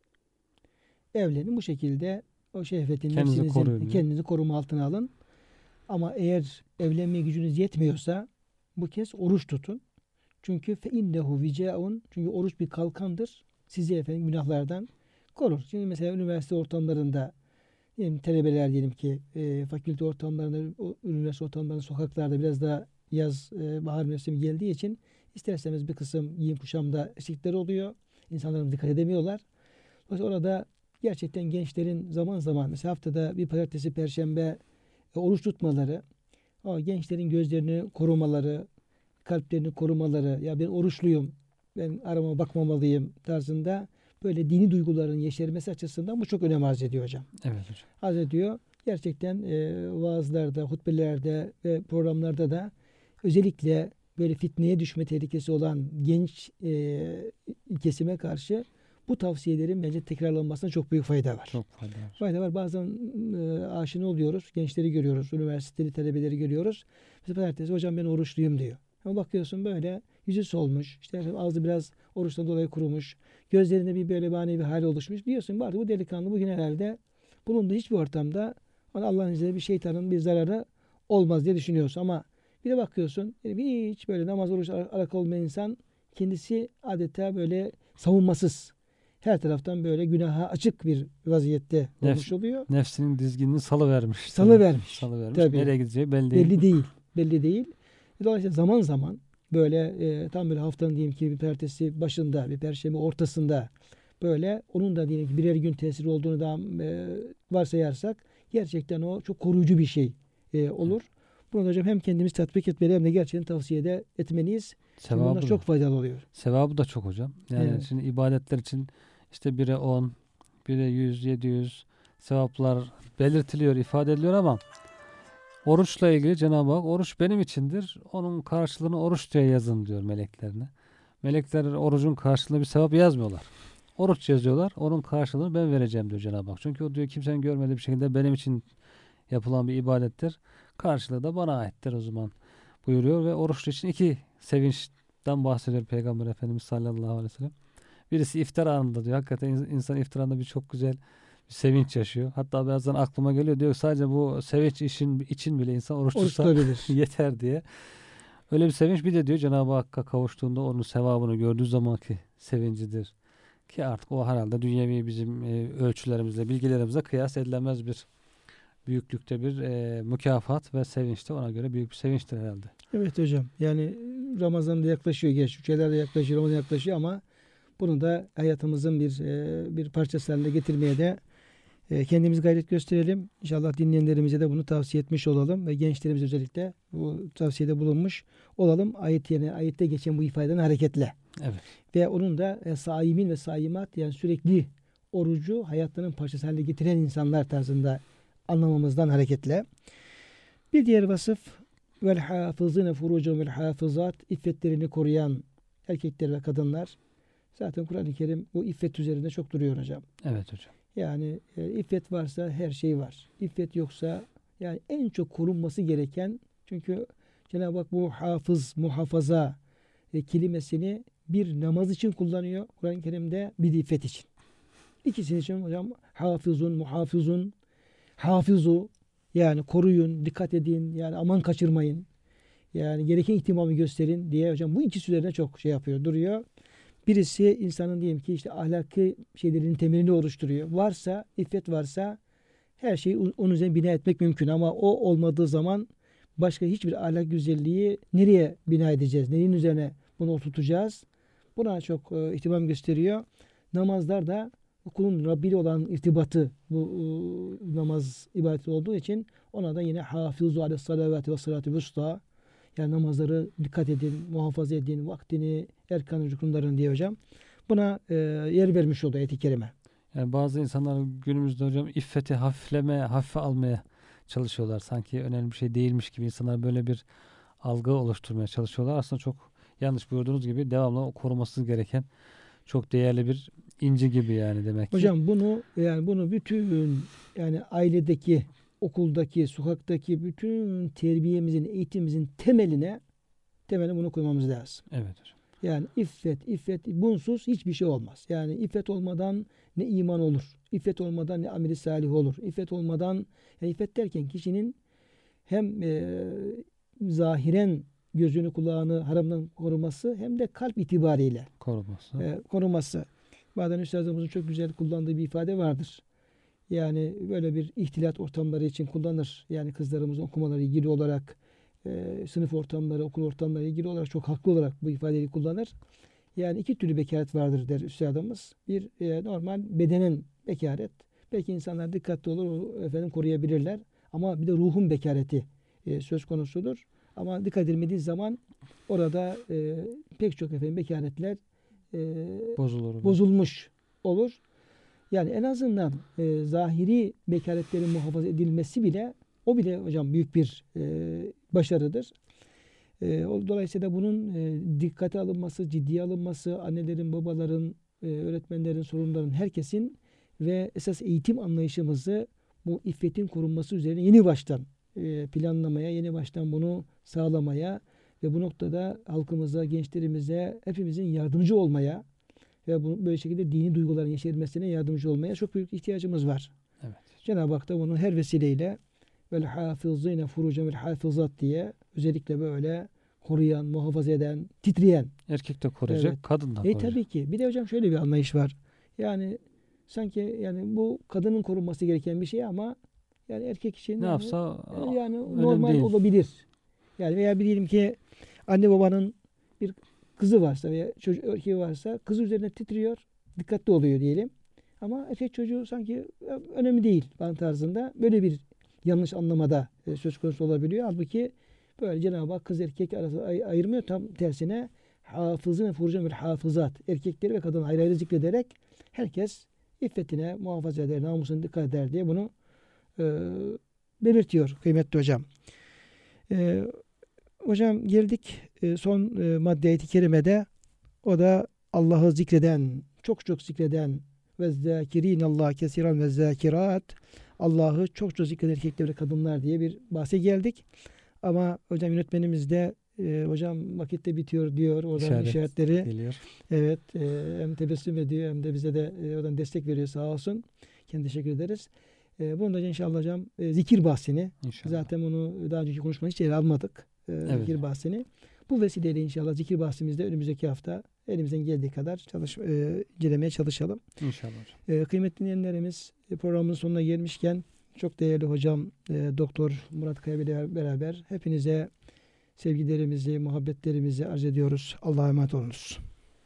Evlenin bu şekilde o şehvetin Kendinizi nefsinizin koruyun diyor. kendinizi koruma altına alın. Ama eğer evlenmeye gücünüz yetmiyorsa bu kez oruç tutun. Çünkü fe innehu vicaun çünkü oruç bir kalkandır. Sizi efendim günahlardan korur. Şimdi mesela üniversite ortamlarında diyelim talebeler diyelim ki e, fakülte ortamlarında, o, üniversite ortamlarında, sokaklarda biraz daha yaz, e, bahar mevsimi geldiği için isterseniz bir kısım giyim kuşamda eksikleri oluyor. İnsanlarımız dikkat edemiyorlar. Dolayısıyla orada gerçekten gençlerin zaman zaman mesela haftada bir pazartesi, perşembe e, oruç tutmaları, o gençlerin gözlerini korumaları, kalplerini korumaları, ya ben oruçluyum, ben arama bakmamalıyım tarzında böyle dini duyguların yeşermesi açısından bu çok önem arz ediyor hocam. Evet hocam. Arz ediyor. Gerçekten e, vaazlarda, hutbelerde ve programlarda da özellikle böyle fitneye düşme tehlikesi olan genç e, kesime karşı bu tavsiyelerin bence tekrarlanmasına çok büyük fayda var. Çok faydalı. Fayda var. Bazen e, aşina oluyoruz. Gençleri görüyoruz. Üniversiteli talebeleri görüyoruz. Mesela pazartesi hocam ben oruçluyum diyor. Ama bakıyorsun böyle yüzü solmuş. İşte ağzı biraz oruçtan dolayı kurumuş. Gözlerinde bir böyle manevi bir hali oluşmuş. Diyorsun vardı bu delikanlı bugün herhalde bulunduğu hiçbir ortamda ona Allah'ın izniyle bir şeytanın bir zararı olmaz diye düşünüyorsun. Ama bir de bakıyorsun yani hiç böyle namaz oruç alakalı olmayan insan kendisi adeta böyle savunmasız. Her taraftan böyle günaha açık bir vaziyette Nef- olmuş oluyor. Nefsinin dizginini salıvermiş. Salıvermiş. Salıvermiş. Tabii. Nereye gideceği belli değil. Belli değil. Belli değil. Dolayısıyla zaman zaman böyle e, tam böyle haftanın diyelim ki bir pertesi başında, bir perşembe ortasında böyle onun da diyelim ki birer gün tesiri olduğunu da e, varsayarsak gerçekten o çok koruyucu bir şey e, olur. Bunu da hocam hem kendimiz tatbik etmeli hem de gerçekten tavsiye de etmeliyiz. Çünkü bunlar Sevabı çok da. faydalı oluyor. Sevabı da çok hocam. Yani Evet. şimdi ibadetler için işte bire on, bire yüz, yedi yüz sevaplar belirtiliyor, ifade ediliyor ama oruçla ilgili Cenab-ı Hak oruç benim içindir. Onun karşılığını oruç diye yazın diyor meleklerine. Melekler orucun karşılığında bir sevap yazmıyorlar. Oruç yazıyorlar. Onun karşılığını ben vereceğim diyor Cenab-ı Hak. Çünkü o diyor kimsenin görmediği bir şekilde benim için yapılan bir ibadettir. Karşılığı da bana aittir o zaman buyuruyor ve oruç için iki sevinçten bahsediyor Peygamber Efendimiz sallallahu aleyhi ve sellem. Birisi iftar anında diyor. Hakikaten insan iftarında bir çok güzel bir sevinç yaşıyor. Hatta bazen aklıma geliyor diyor sadece bu sevinç için, için bile insan oruç Oruç tutsa tutabilir. yeter diye. Öyle bir sevinç bir de diyor Cenab-ı Hakk'a kavuştuğunda onun sevabını gördüğü zamanki sevincidir. Ki artık o herhalde dünyevi bizim e, ölçülerimizle, bilgilerimizle kıyas edilemez bir büyüklükte bir e, mükafat ve sevinçte ona göre büyük bir sevinçtir herhalde. Evet hocam. Yani Ramazan da yaklaşıyor. Geç. Şeyler de yaklaşıyor. Ramazan yaklaşıyor ama bunu da hayatımızın bir e, bir parçası haline getirmeye de e, kendimiz gayret gösterelim. İnşallah dinleyenlerimize de bunu tavsiye etmiş olalım ve gençlerimiz özellikle bu tavsiyede bulunmuş olalım. Ayet yerine ayette geçen bu ifadeden hareketle. Evet. Ve onun da e, saimin ve saimat yani sürekli orucu hayatlarının parçası haline getiren insanlar tarzında anlamamızdan hareketle. Bir diğer vasıf vel hafızine furucum vel hafızat, iffetlerini koruyan erkekler ve kadınlar. Zaten Kur'an-ı Kerim bu iffet üzerinde çok duruyor hocam. Evet hocam. Yani e, iffet varsa her şey var. İffet yoksa yani en çok korunması gereken, çünkü Cenab-ı Hak bu hafız, muhafaza e, kelimesini bir namaz için kullanıyor Kur'an-ı Kerim'de, bir de iffet için. İkisinin için hocam hafızun, muhafizun, hafizu, yani koruyun, dikkat edin, yani aman kaçırmayın. Yani gereken ihtimamı gösterin diye hocam bu ikisi üzerine çok şey yapıyor, duruyor. Birisi insanın diyelim ki işte ahlaki şeylerin temelini oluşturuyor. Varsa, iffet varsa her şeyi onun üzerine bina etmek mümkün, ama o olmadığı zaman başka hiçbir ahlak güzelliği nereye bina edeceğiz? Neyin üzerine bunu oturtacağız? Buna çok e, ihtimam gösteriyor. Namazlar da kulun Rabbi ile olan irtibatı, bu e, namaz ibadeti olduğu için ona da yine hafızu ales salavati ve salatu vusta, yani namazları dikkat edin, muhafaza edin, vaktini, erkan rükunlarını diye hocam. Buna e, yer vermiş oldu ayet-i kerime. Yani bazı insanlar günümüzde hocam iffeti hafifleme, hafife almaya çalışıyorlar. Sanki önemli bir şey değilmiş gibi insanlar böyle bir algı oluşturmaya çalışıyorlar. Aslında çok yanlış, buyurduğunuz gibi devamlı koruması gereken çok değerli bir inci gibi yani demek ki. Hocam bunu yani bunu bütün yani ailedeki, okuldaki, sokaktaki bütün terbiyemizin, eğitimimizin temeline temeline bunu koymamız lazım. Evet hocam. Yani iffet, iffet bunsuz hiçbir şey olmaz. Yani iffet olmadan ne iman olur, iffet olmadan ne ameli salih olur, iffet olmadan, yani iffet derken kişinin hem e, zahiren gözünü kulağını haramdan koruması, hem de kalp itibariyle Koruması. e, koruması. Bazen üstadımızın çok güzel kullandığı bir ifade vardır. Yani böyle bir ihtilat ortamları için kullanır. Yani kızlarımızın okumaları ilgili olarak, e, sınıf ortamları, okul ortamları ilgili olarak çok haklı olarak bu ifadeyi kullanır. Yani iki türlü bekaret vardır der üstadımız. Bir e, normal bedenen bekaret. Belki insanlar dikkatli olur, o, efendim koruyabilirler. Ama bir de ruhun bekareti e, söz konusudur. Ama dikkat edilmediği zaman orada e, pek çok efendim bekaretler e, Bozulur. bozulmuş olur. Yani en azından e, zahiri bekaretlerin muhafaza edilmesi bile, o bile hocam büyük bir e, başarıdır. E, dolayısıyla bunun e, dikkate alınması, ciddiye alınması, annelerin, babaların, e, öğretmenlerin, sorumluların, herkesin ve esas eğitim anlayışımızı bu iffetin korunması üzerine yeni baştan e, planlamaya, yeni baştan bunu sağlamaya ve bu noktada halkımıza, gençlerimize, hepimizin yardımcı olmaya ve bu böyle şekilde dini duyguların yeşermesine yardımcı olmaya çok büyük ihtiyacımız var. Evet. Cenab-ı Hak da bunu her vesileyle vel hafızine furucen vel hafızat diye özellikle böyle koruyan, muhafaza eden, titreyen. Erkek de koruyacak, Evet. kadın da E koruyacak. tabii ki. Bir de hocam şöyle bir anlayış var. Yani sanki yani bu kadının korunması gereken bir şey, ama yani erkek için Ne yani, yapsa yani önemli normal değil. olabilir. Yani veya bir diyelim ki anne babanın bir kızı varsa veya çocuk erkeği varsa kızı üzerine titriyor, dikkatli oluyor diyelim. Ama erkek çocuğu sanki önemli değil falan tarzında böyle bir yanlış anlamada e, söz konusu olabiliyor. Halbuki böyle Cenab-ı Hak kız erkek arasında ay- ayırmıyor. Tam tersine hafızın ve furucun bir hafızat, erkekleri ve kadını ayrı ayrı zikrederek herkes iffetine muhafaza eder, namusuna dikkat eder diye bunu e, belirtiyor kıymetli hocam. E, hocam geldik e, son e, madde ayet-i kerimede, o da Allah'ı zikreden, çok çok zikreden ve zâkirînallâh kesiran ve zâkirât, Allah'ı çok çok zikreden erkekler ve kadınlar diye bir bahse geldik. Ama hocam yönetmenimiz de e, hocam vakitte bitiyor diyor. Oradan İşaret işaretleri geliyor. evet e, hem tebessüm ediyor hem de bize de e, oradan destek veriyor, sağ olsun. Kendisine teşekkür ederiz. E, bunu da inşallah hocam e, zikir bahsini, İnşallah. zaten bunu daha önceki konuşmada hiç ele almadık. E, Evet. Zikir bahsini. Bu vesileyle inşallah zikir bahsimizde önümüzdeki hafta elimizden geldiği kadar çalış, e, incelemeye çalışalım. İnşallah hocam. E, kıymetli dinleyenlerimiz, e, programın sonuna gelmişken çok değerli hocam e, Doktor Murat Kaya ile beraber hepinize sevgilerimizi, muhabbetlerimizi arz ediyoruz. Allah'a emanet olunuz.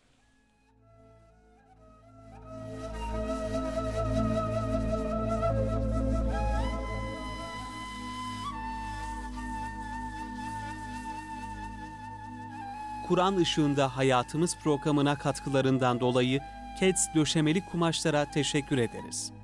Kur'an Işığında Hayatımız programına katkılarından dolayı Keds Döşemeli Kumaşlara teşekkür ederiz.